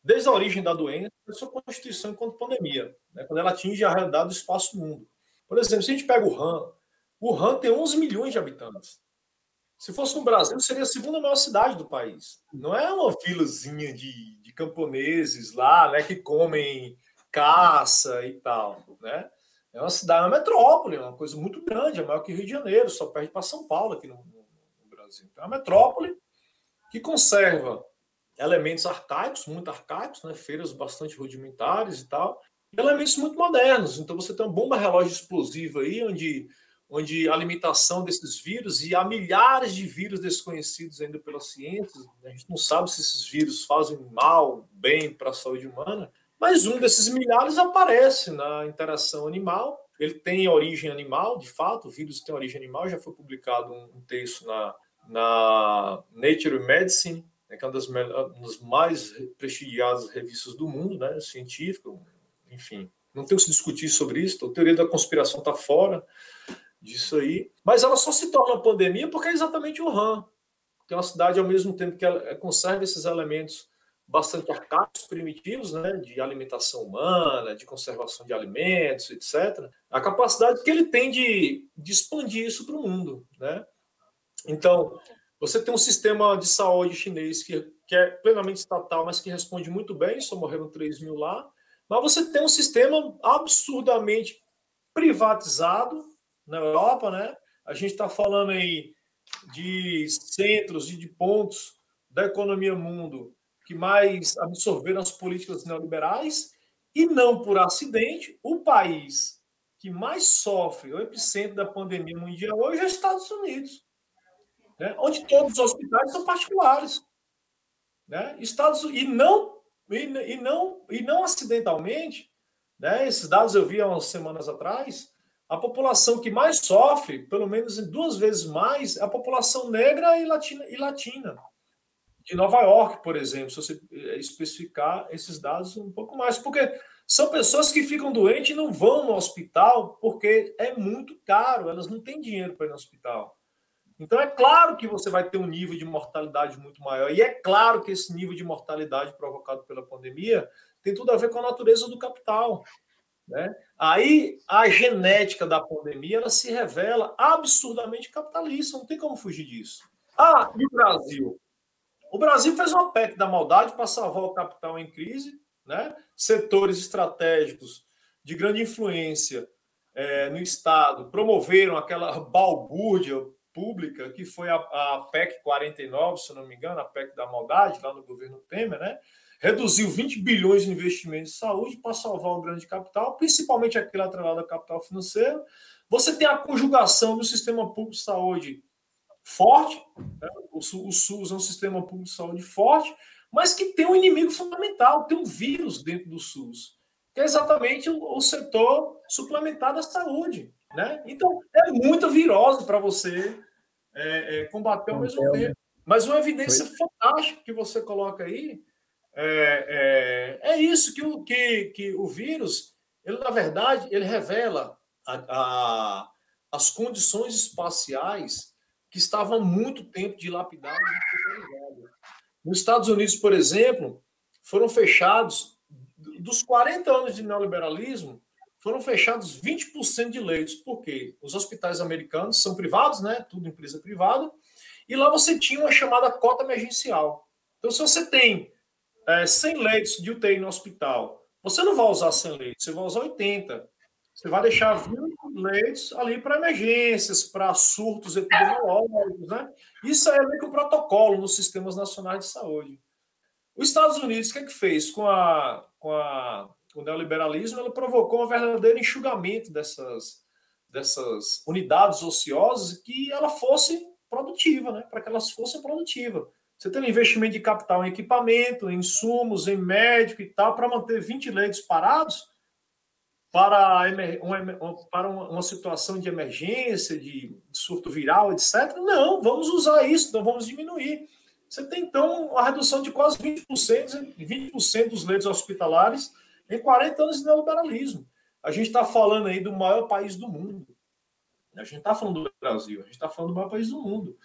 desde a origem da doença, a sua constituição enquanto pandemia, né, quando ela atinge a realidade do espaço-mundo. Por exemplo, se a gente pega o Han tem 11 milhões de habitantes. Se fosse no Brasil, seria a segunda maior cidade do país. Não é uma vilazinha de camponeses lá, né, que comem caça e tal, né? É uma cidade, uma metrópole, é uma coisa muito grande, é maior que Rio de Janeiro, só perde para São Paulo aqui no Brasil. Então, é uma metrópole que conserva elementos arcaicos, muito arcaicos, né, feiras bastante rudimentares e tal, e elementos muito modernos. Então, você tem uma bomba relógio explosiva aí, onde a limitação desses vírus, e há milhares de vírus desconhecidos ainda pela ciência, a gente não sabe se esses vírus fazem mal, bem para a saúde humana, mas um desses milhares aparece na interação animal, ele tem origem animal, de fato, o vírus tem origem animal, já foi publicado um texto na Nature Medicine, né, que é uma das mais prestigiadas revistas do mundo, né, científica, enfim. Não tem o que se discutir sobre isso, a teoria da conspiração está fora disso aí, mas ela só se torna pandemia porque é exatamente o Han, que é uma cidade, ao mesmo tempo que ela conserva esses elementos bastante arcaicos, primitivos, né, de alimentação humana, de conservação de alimentos, etc., a capacidade que ele tem de expandir isso para o mundo, né? Então, você tem um sistema de saúde chinês que é plenamente estatal, mas que responde muito bem, só morreram 3 mil lá, mas você tem um sistema absurdamente privatizado na Europa, né? A gente está falando aí de centros e de pontos da economia mundo que mais absorveram as políticas neoliberais, e não por acidente, o país que mais sofre, o epicentro da pandemia mundial hoje é os Estados Unidos, né? Onde todos os hospitais são particulares, né? E não acidentalmente, né? Esses dados eu vi há umas semanas atrás. A população que mais sofre, pelo menos 2 vezes mais, é a população negra e latina. De Nova York, por exemplo, se você especificar esses dados um pouco mais. Porque são pessoas que ficam doentes e não vão no hospital porque é muito caro, elas não têm dinheiro para ir no hospital. Então, é claro que você vai ter um nível de mortalidade muito maior. E é claro que esse nível de mortalidade provocado pela pandemia tem tudo a ver com a natureza do capital, né? Aí a genética da pandemia ela se revela absurdamente capitalista, não tem como fugir disso. Ah, e o Brasil? O Brasil fez uma PEC da maldade para salvar o capital em crise, né? Setores estratégicos de grande influência no Estado promoveram aquela balbúrdia pública que foi a PEC 49, se não me engano, a PEC da maldade, lá no governo Temer, né? Reduziu 20 bilhões de investimentos em saúde para salvar o grande capital, principalmente aquele atrelado ao capital financeiro. Você tem a conjugação do sistema público de saúde forte, né? O SUS é um sistema público de saúde forte, mas que tem um inimigo fundamental, tem um vírus dentro do SUS, que é exatamente o setor suplementar da saúde, né? Então, é muita virose para você combater ao mesmo tempo. Mas uma evidência fantástica que você coloca aí é isso, que o vírus, ele, na verdade, ele revela as condições espaciais que estavam há muito tempo dilapidadas e precarizadas. Nos Estados Unidos, por exemplo, foram fechados, dos 40 anos de neoliberalismo, foram fechados 20% de leitos. Por quê? Os hospitais americanos são privados, né? Tudo empresa privada, e lá você tinha uma chamada cota emergencial. Então, se você tem 100 leitos de UTI no hospital, você não vai usar 100 leitos, você vai usar 80. Você vai deixar 20 leitos ali para emergências, para surtos epidemiológicos, né? Isso é meio que um protocolo nos sistemas nacionais de saúde. Os Estados Unidos, o que fez com o neoliberalismo? Ele provocou um verdadeiro enxugamento dessas unidades ociosas, que ela fosse produtiva, né? Para que elas fossem produtivas. Você tem um investimento de capital em equipamento, em insumos, em médico e tal, para manter 20 leitos parados para uma situação de emergência, de surto viral, etc. Não, vamos usar isso, não vamos diminuir. Você tem, então, uma redução de quase 20% dos leitos hospitalares em 40 anos de neoliberalismo. A gente está falando aí do maior país do mundo. A gente está falando do Brasil, a gente está falando do maior país do mundo.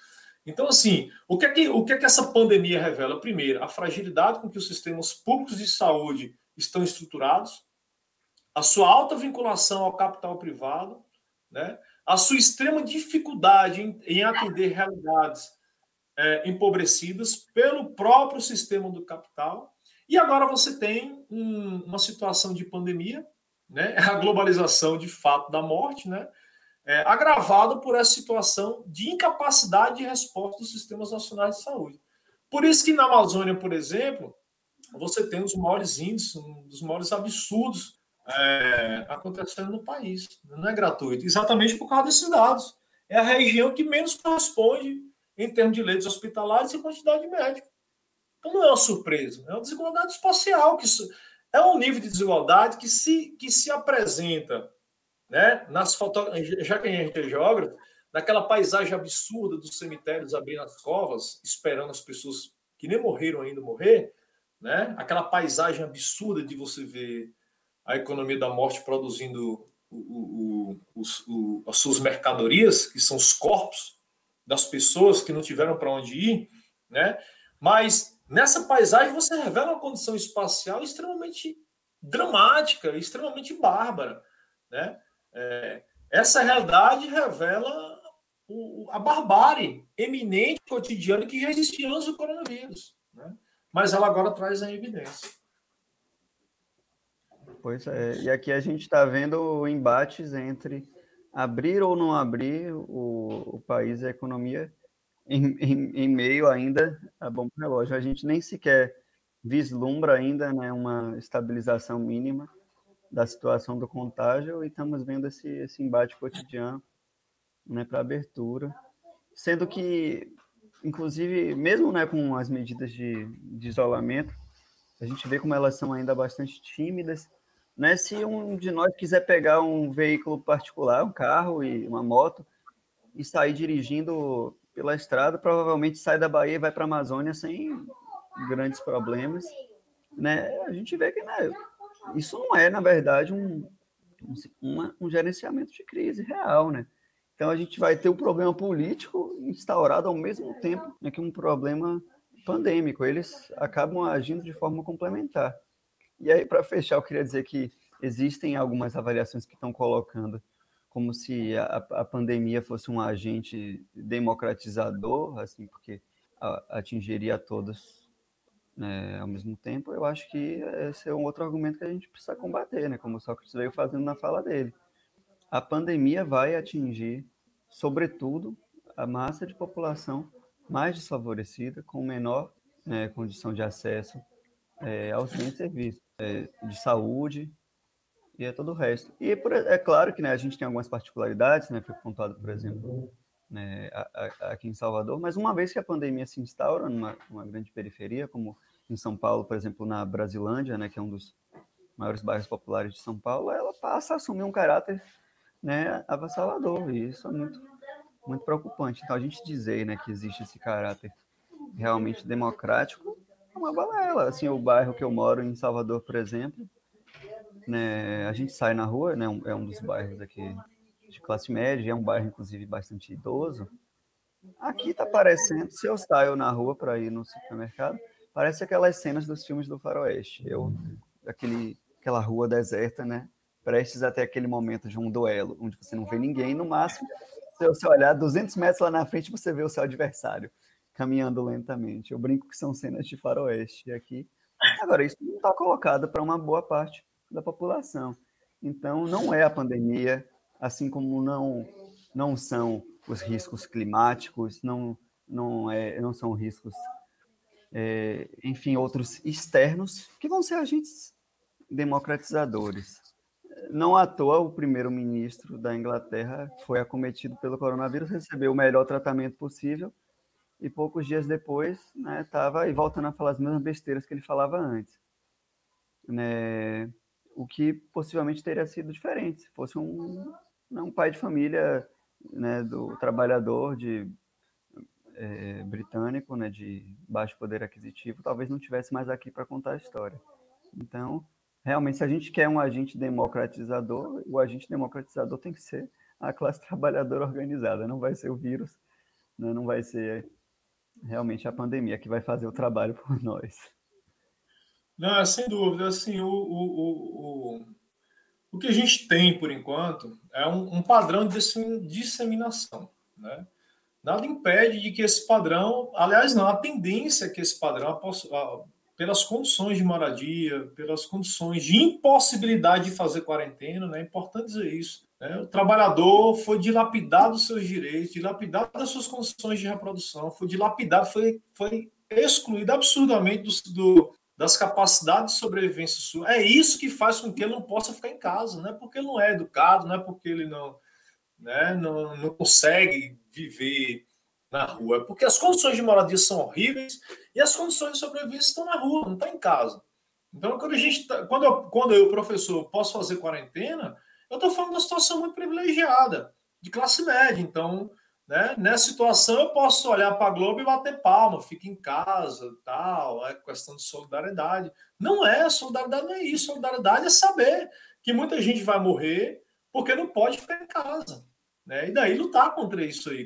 Então, assim, o que é que essa pandemia revela? Primeiro, a fragilidade com que os sistemas públicos de saúde estão estruturados, a sua alta vinculação ao capital privado, né? A sua extrema dificuldade em atender realidades empobrecidas pelo próprio sistema do capital. E agora você tem uma situação de pandemia, né? A globalização de fato da morte, né? Agravado por essa situação de incapacidade de resposta dos sistemas nacionais de saúde. Por isso que na Amazônia, por exemplo, você tem os maiores índices, um dos maiores absurdos acontecendo no país. Não é gratuito. Exatamente por causa desses dados. É a região que menos corresponde em termos de leitos hospitalares e quantidade de médicos. Então não é uma surpresa, é uma desigualdade espacial. É um nível de desigualdade que se apresenta, né, já que a gente é geógrafo, naquela paisagem absurda dos cemitérios abrindo as covas, esperando as pessoas que nem morreram ainda morrer, né? Aquela paisagem absurda de você ver a economia da morte produzindo as suas mercadorias, que são os corpos das pessoas que não tiveram para onde ir, né? Mas nessa paisagem você revela uma condição espacial extremamente dramática, extremamente bárbara, né? Essa realidade revela a barbárie eminente, cotidiana, que já existia antes do coronavírus, né? Mas ela agora traz em evidência. Pois é, e aqui a gente está vendo embates entre abrir ou não abrir o país e a economia em meio ainda a bom relógio. A gente nem sequer vislumbra ainda, né, uma estabilização mínima da situação do contágio e estamos vendo esse embate cotidiano, né, para abertura, sendo que, inclusive, mesmo, né, com as medidas de isolamento, a gente vê como elas são ainda bastante tímidas, né? Se um de nós quiser pegar um veículo particular, um carro e uma moto, e sair dirigindo pela estrada, provavelmente sai da Bahia e vai para a Amazônia sem grandes problemas, né? A gente vê que, né, isso não é, na verdade, um gerenciamento de crise real, né? Então a gente vai ter um problema político instaurado ao mesmo tempo, né, que um problema pandêmico. Eles acabam agindo de forma complementar. E aí, para fechar, eu queria dizer que existem algumas avaliações que estão colocando como se a pandemia fosse um agente democratizador, assim, porque atingiria a todos, né, ao mesmo tempo. Eu acho que esse é um outro argumento que a gente precisa combater, né, como o Sócrates veio fazendo na fala dele. A pandemia vai atingir, sobretudo, a massa de população mais desfavorecida, com menor, né, condição de acesso aos bens e serviços de saúde e todo o resto. E é claro que, né, a gente tem algumas particularidades, né, foi pontuado, por exemplo, né, aqui em Salvador, mas uma vez que a pandemia se instaura numa grande periferia, como em São Paulo, por exemplo, na Brasilândia, né, que é um dos maiores bairros populares de São Paulo, ela passa a assumir um caráter, né, avassalador, e isso é muito, muito preocupante. Então, a gente dizer, né, que existe esse caráter realmente democrático é uma balela. Assim, o bairro que eu moro, em Salvador, por exemplo, né, a gente sai na rua, né, é um dos bairros aqui de classe média, é um bairro, inclusive, bastante idoso. Aqui tá parecendo, se eu saio na rua para ir no supermercado, parece aquelas cenas dos filmes do Faroeste. Aquela rua deserta, né? Prestes até aquele momento de um duelo, onde você não vê ninguém, no máximo, se você olhar 200 metros lá na frente, você vê o seu adversário caminhando lentamente. Eu brinco que são cenas de Faroeste aqui. Agora, isso não está colocado para uma boa parte da população. Então, não é a pandemia, assim como não são os riscos climáticos, não são riscos, enfim, outros externos, que vão ser agentes democratizadores. Não à toa, o primeiro-ministro da Inglaterra foi acometido pelo coronavírus, recebeu o melhor tratamento possível e poucos dias depois, né, estava aí voltando a falar as mesmas besteiras que ele falava antes, né? O que possivelmente teria sido diferente se fosse um pai de família, né, do trabalhador britânico, né, de baixo poder aquisitivo, talvez não tivesse mais aqui para contar a história. Então, realmente, se a gente quer um agente democratizador, o agente democratizador tem que ser a classe trabalhadora organizada, não vai ser o vírus, né? Não vai ser realmente a pandemia que vai fazer o trabalho por nós. Não, sem dúvida. Assim, o que a gente tem, por enquanto, é um padrão de disseminação, né? Nada impede de que esse padrão, aliás, não, a tendência é que esse padrão, pelas condições de moradia, pelas condições de impossibilidade de fazer quarentena, né? É importante dizer isso, né? O trabalhador foi dilapidado os seus direitos, dilapidado as suas condições de reprodução, foi dilapidado, foi excluído absurdamente das capacidades de sobrevivência sua. É isso que faz com que ele não possa ficar em casa, não é porque ele não é educado, não é porque ele não, né, não consegue viver na rua, é porque as condições de moradia são horríveis e as condições de sobrevivência estão na rua, não está em casa. Então, quando eu, professor, posso fazer quarentena, eu estou falando de uma situação muito privilegiada, de classe média. Então, né, nessa situação, eu posso olhar para a Globo e bater palma, fica em casa, tal, é questão de solidariedade. Não é, solidariedade não é isso. Solidariedade é saber que muita gente vai morrer porque não pode ficar em casa, né? E daí lutar contra isso aí.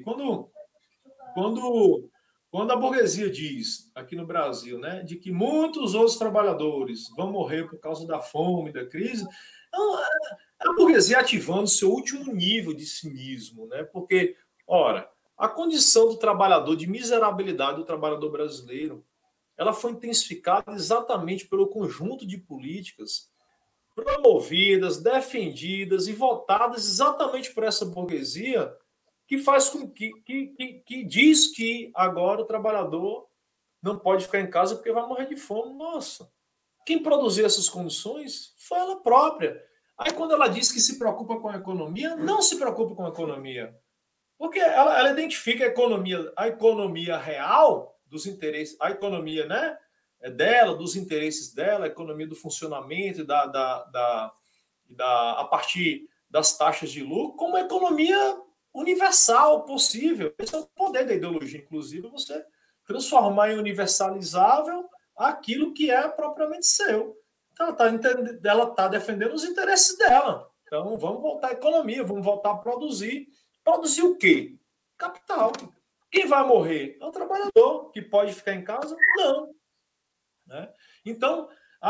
Quando a burguesia diz, aqui no Brasil, né, de que muitos outros trabalhadores vão morrer por causa da fome, da crise, é a burguesia ativando seu último nível de cinismo, né? Porque, ora, a condição do trabalhador, de miserabilidade do trabalhador brasileiro, ela foi intensificada exatamente pelo conjunto de políticas promovidas, defendidas e votadas exatamente por essa burguesia que faz com que diz que agora o trabalhador não pode ficar em casa porque vai morrer de fome. Nossa, quem produziu essas condições foi ela própria. Aí quando ela diz que se preocupa com a economia, não se preocupa com a economia. Porque ela identifica a economia real dos interesses, a economia, né, dela, dos interesses dela, a economia do funcionamento a partir das taxas de lucro, como uma economia universal possível. Esse é o poder da ideologia, inclusive, você transformar em universalizável aquilo que é propriamente seu. Então, ela está defendendo os interesses dela. Então, vamos voltar à economia, vamos voltar a produzir. Produzir o quê? Capital. Quem vai morrer? É o trabalhador. Que pode ficar em casa? Não. Né? Então,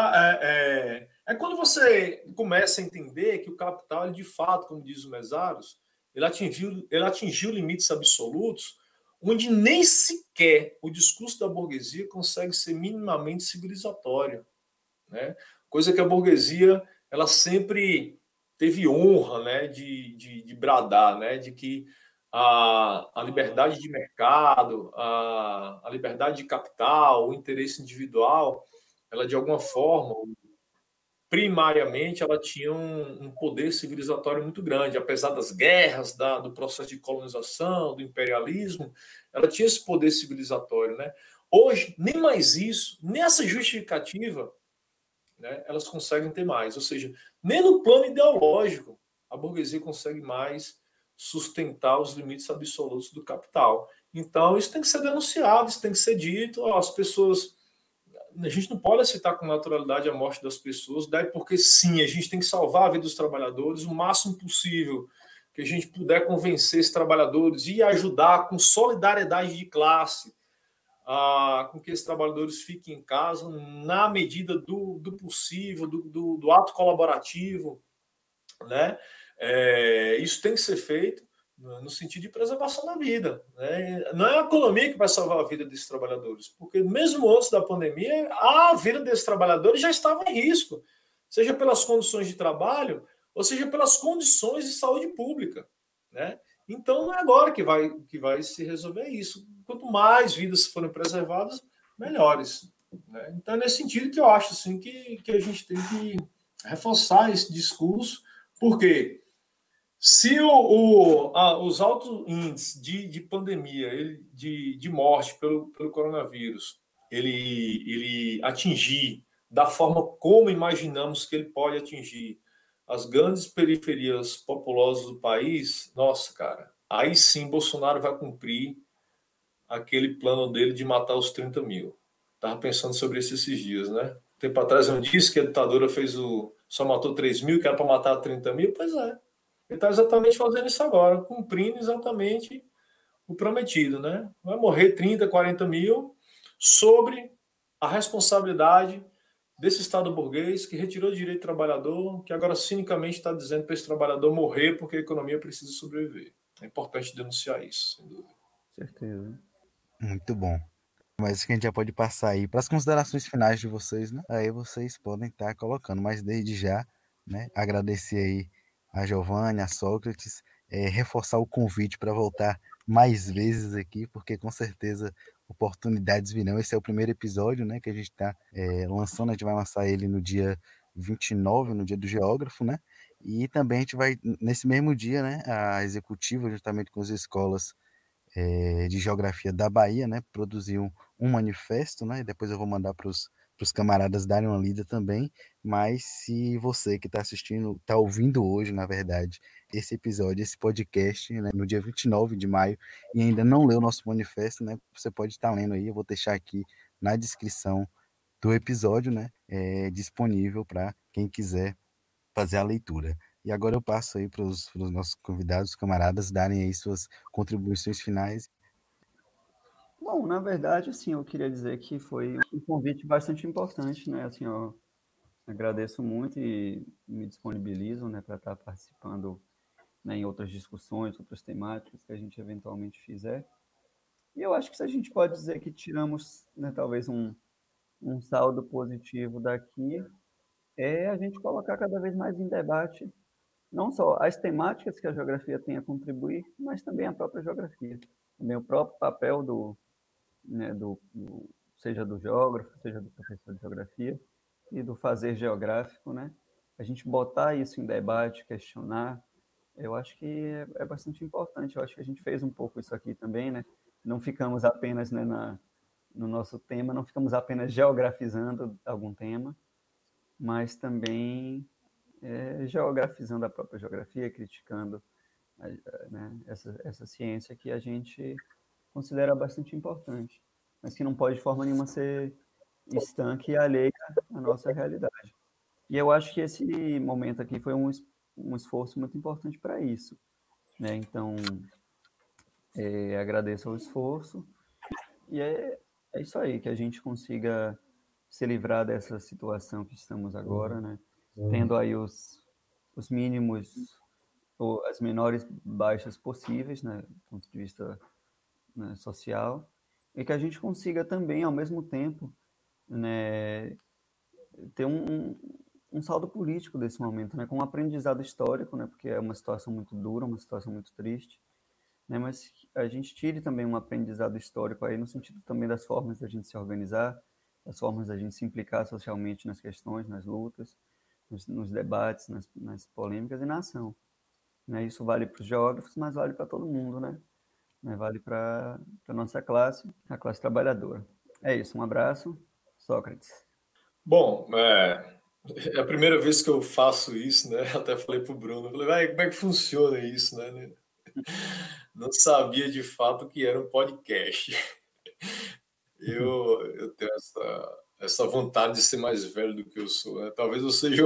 é quando você começa a entender que o capital, ele, de fato, como diz o Mesaros, ele atingiu limites absolutos onde nem sequer o discurso da burguesia consegue ser minimamente civilizatório. Né? Coisa que a burguesia ela sempre teve honra, né, de bradar, né, de que a liberdade de mercado, a liberdade de capital, o interesse individual, ela de alguma forma, primariamente, ela tinha um poder civilizatório muito grande, apesar das guerras, do processo de colonização, do imperialismo, ela tinha esse poder civilizatório, né? Hoje, nem mais isso, nessa justificativa, né, elas conseguem ter mais. Ou seja, nem no plano ideológico a burguesia consegue mais sustentar os limites absolutos do capital. Então, isso tem que ser denunciado, isso tem que ser dito. As pessoas. A gente não pode aceitar com naturalidade a morte das pessoas, daí porque sim, a gente tem que salvar a vida dos trabalhadores o máximo possível que a gente puder convencer esses trabalhadores e ajudar com solidariedade de classe, com que esses trabalhadores fiquem em casa na medida do possível, do ato colaborativo, né? Isso tem que ser feito no sentido de preservação da vida, né? Não é a economia que vai salvar a vida desses trabalhadores, porque mesmo antes da pandemia, a vida desses trabalhadores já estava em risco, seja pelas condições de trabalho, ou seja pelas condições de saúde pública, né? Então, não é agora que vai se resolver isso. Quanto mais vidas forem preservadas, melhores. Né? Então, é nesse sentido que eu acho assim, que a gente tem que reforçar esse discurso, porque se os altos índices de pandemia, de morte pelo coronavírus, ele atingir da forma como imaginamos que ele pode atingir as grandes periferias populosas do país, nossa, cara, aí sim Bolsonaro vai cumprir aquele plano dele de matar os 30 mil. Estava pensando sobre isso esses dias, né? Tempo atrás eu disse que a ditadura só matou 3 mil, que era para matar 30 mil. Pois é. Ele está exatamente fazendo isso agora, cumprindo exatamente o prometido, né? Vai morrer 30, 40 mil sobre a responsabilidade desse Estado burguês que retirou o direito do trabalhador, que agora cinicamente está dizendo para esse trabalhador morrer porque a economia precisa sobreviver. É importante denunciar isso, sem dúvida. Certeza. Muito bom. Mas acho que a gente já pode passar aí para as considerações finais de vocês, né? Aí vocês podem estar colocando, mas desde já, né? Agradecer aí a Giovanni, a Sócrates, reforçar o convite para voltar mais vezes aqui, porque com certeza oportunidades virão. Esse é o primeiro episódio, né? Que a gente está lançando, a gente vai lançar ele no dia 29, no dia do geógrafo, né? E também a gente vai, nesse mesmo dia, né? A executiva, juntamente com as escolas de geografia da Bahia, né, produziu um manifesto, né, e depois eu vou mandar para os camaradas darem uma lida também, mas se você que está assistindo, está ouvindo hoje, na verdade, esse episódio, esse podcast, né, no dia 29 de maio, e ainda não leu o nosso manifesto, né, você pode estar lendo aí, eu vou deixar aqui na descrição do episódio, né, disponível para quem quiser fazer a leitura. E agora eu passo aí para os nossos convidados, camaradas, darem aí suas contribuições finais. Bom, na verdade, assim, eu queria dizer que foi um convite bastante importante, né? Assim, eu agradeço muito e me disponibilizo, né, para estar participando, né, em outras discussões, outras temáticas que a gente eventualmente fizer. E eu acho que se a gente pode dizer que tiramos, né, talvez um saldo positivo daqui, é a gente colocar cada vez mais em debate não só as temáticas que a geografia tem a contribuir, mas também a própria geografia, também o próprio papel né, seja do geógrafo, seja do professor de geografia e do fazer geográfico, né? A gente botar isso em debate, questionar, eu acho que é bastante importante. Eu acho que a gente fez um pouco isso aqui também, né? Não ficamos apenas, né, no nosso tema, não ficamos apenas geografizando algum tema, mas também geografizando a própria geografia, criticando, né, essa ciência que a gente considera bastante importante, mas que não pode de forma nenhuma ser estanque e alheia à nossa realidade. E eu acho que esse momento aqui foi um esforço muito importante para isso, né? Então, agradeço ao esforço e é isso aí, que a gente consiga se livrar dessa situação que estamos agora, né? Tendo aí os mínimos ou as menores baixas possíveis, né, do ponto de vista, né, social, e que a gente consiga também, ao mesmo tempo, né, ter um saldo político desse momento, né, com um aprendizado histórico, né, porque é uma situação muito dura, uma situação muito triste, né, mas a gente tire também um aprendizado histórico aí no sentido também das formas da gente se organizar, das formas da gente se implicar socialmente nas questões, nas lutas, nos debates, nas polêmicas e na ação. Né? Isso vale para os geógrafos, mas vale para todo mundo, né? Vale para a nossa classe, a classe trabalhadora. É isso, um abraço, Sócrates. Bom, é a primeira vez que eu faço isso, né? Até falei pro Bruno, falei, vai, como é que funciona isso, né? Não sabia de fato que era um podcast. Eu tenho essa vontade de ser mais velho do que eu sou, né? Talvez eu seja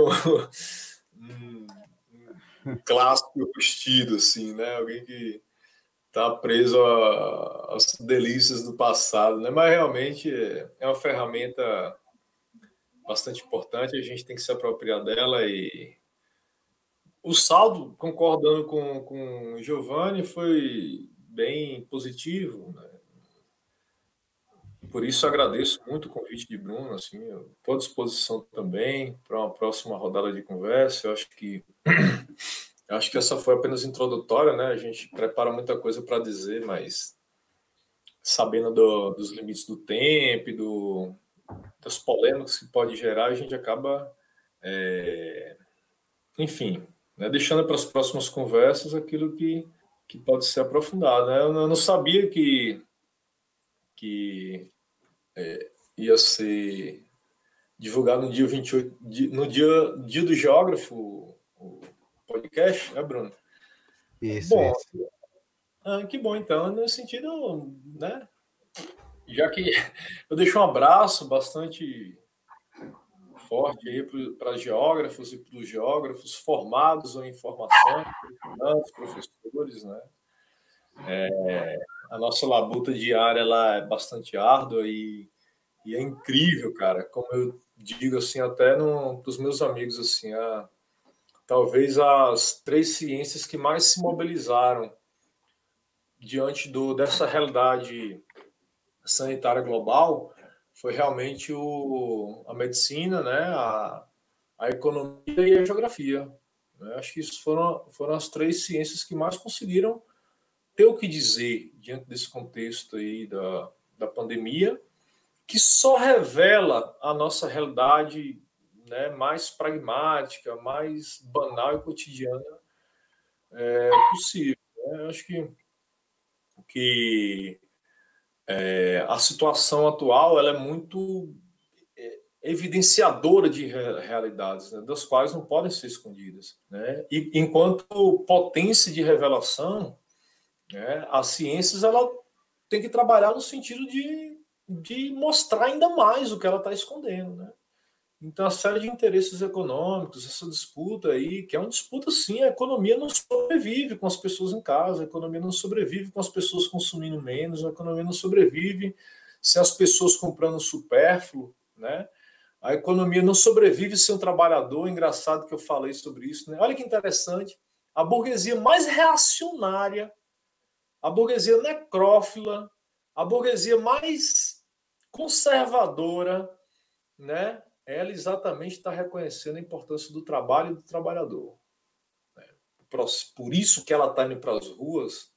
um clássico vestido, assim, né? Alguém que está preso às delícias do passado, né? Mas realmente é uma ferramenta bastante importante, a gente tem que se apropriar dela e o saldo, concordando com o Giovanni, foi bem positivo, né? Por isso agradeço muito o convite de Bruno, assim, eu estou à disposição também para uma próxima rodada de conversa. Eu acho que essa foi apenas introdutória, né? A gente prepara muita coisa para dizer, mas sabendo dos limites do tempo e das polêmicas que pode gerar, a gente acaba, enfim, né, deixando para as próximas conversas aquilo que pode ser aprofundado. Né? Eu não sabia que ia ser divulgado no dia 28, no dia do geógrafo, o podcast, né, Bruno? Isso, Bom, isso. que bom, então, no sentido, né? Já que eu deixo um abraço bastante forte aí para geógrafos e para os geógrafos formados em informação, estudantes, professores, né? A nossa labuta diária ela é bastante árdua e é incrível, cara. Como eu digo assim, até dos meus amigos, assim, talvez as três ciências que mais se mobilizaram diante dessa realidade sanitária global foi realmente a medicina, né, a economia e a geografia. Né? Acho que isso foram as três ciências que mais conseguiram ter o que dizer diante desse contexto aí da pandemia, que só revela a nossa realidade, né, mais pragmática, mais banal e cotidiana possível. Né? Acho que a situação atual ela é muito evidenciadora de realidades, né, das quais não podem ser escondidas. Né? E enquanto potência de revelação, né, as ciências ela tem que trabalhar no sentido de mostrar ainda mais o que ela está escondendo. Né? Então, a série de interesses econômicos, essa disputa aí, que é uma disputa sim, a economia não sobrevive com as pessoas em casa, a economia não sobrevive com as pessoas consumindo menos, a economia não sobrevive sem as pessoas comprando supérfluo, né? A economia não sobrevive sem um trabalhador. Engraçado que eu falei sobre isso, né? Olha que interessante. A burguesia mais reacionária, a burguesia necrófila, a burguesia mais conservadora, né? Ela exatamente está reconhecendo a importância do trabalho e do trabalhador. Por isso que ela está indo para as ruas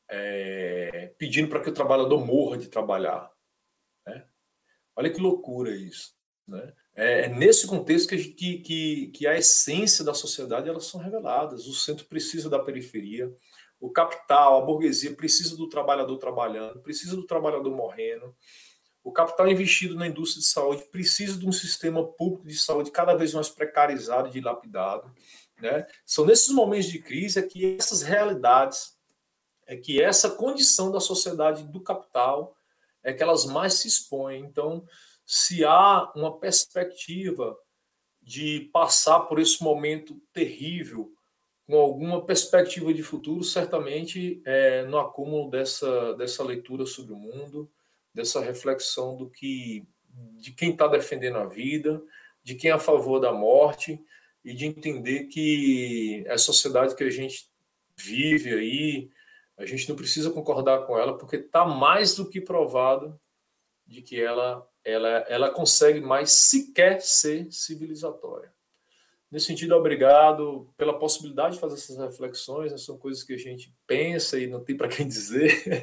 pedindo para que o trabalhador morra de trabalhar. Né? Olha que loucura isso. Né? É nesse contexto que a essência da sociedade elas são reveladas. O centro precisa da periferia, o capital, a burguesia precisa do trabalhador trabalhando, precisa do trabalhador morrendo. O capital investido na indústria de saúde precisa de um sistema público de saúde cada vez mais precarizado e dilapidado. Né? São nesses momentos de crise que essas realidades, que essa condição da sociedade do capital é que elas mais se expõem. Então, se há uma perspectiva de passar por esse momento terrível com alguma perspectiva de futuro, certamente no acúmulo dessa leitura sobre o mundo, dessa reflexão de quem está defendendo a vida, de quem é a favor da morte, e de entender que a sociedade que a gente vive aí, a gente não precisa concordar com ela, porque está mais do que provado de que ela consegue mais sequer ser civilizatória. Nesse sentido, obrigado pela possibilidade de fazer essas reflexões, né? São coisas que a gente pensa e não tem para quem dizer.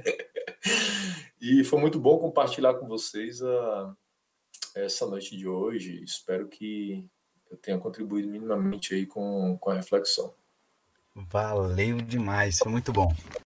E foi muito bom compartilhar com vocês essa noite de hoje. Espero que eu tenha contribuído minimamente aí com a reflexão. Valeu demais, foi muito bom.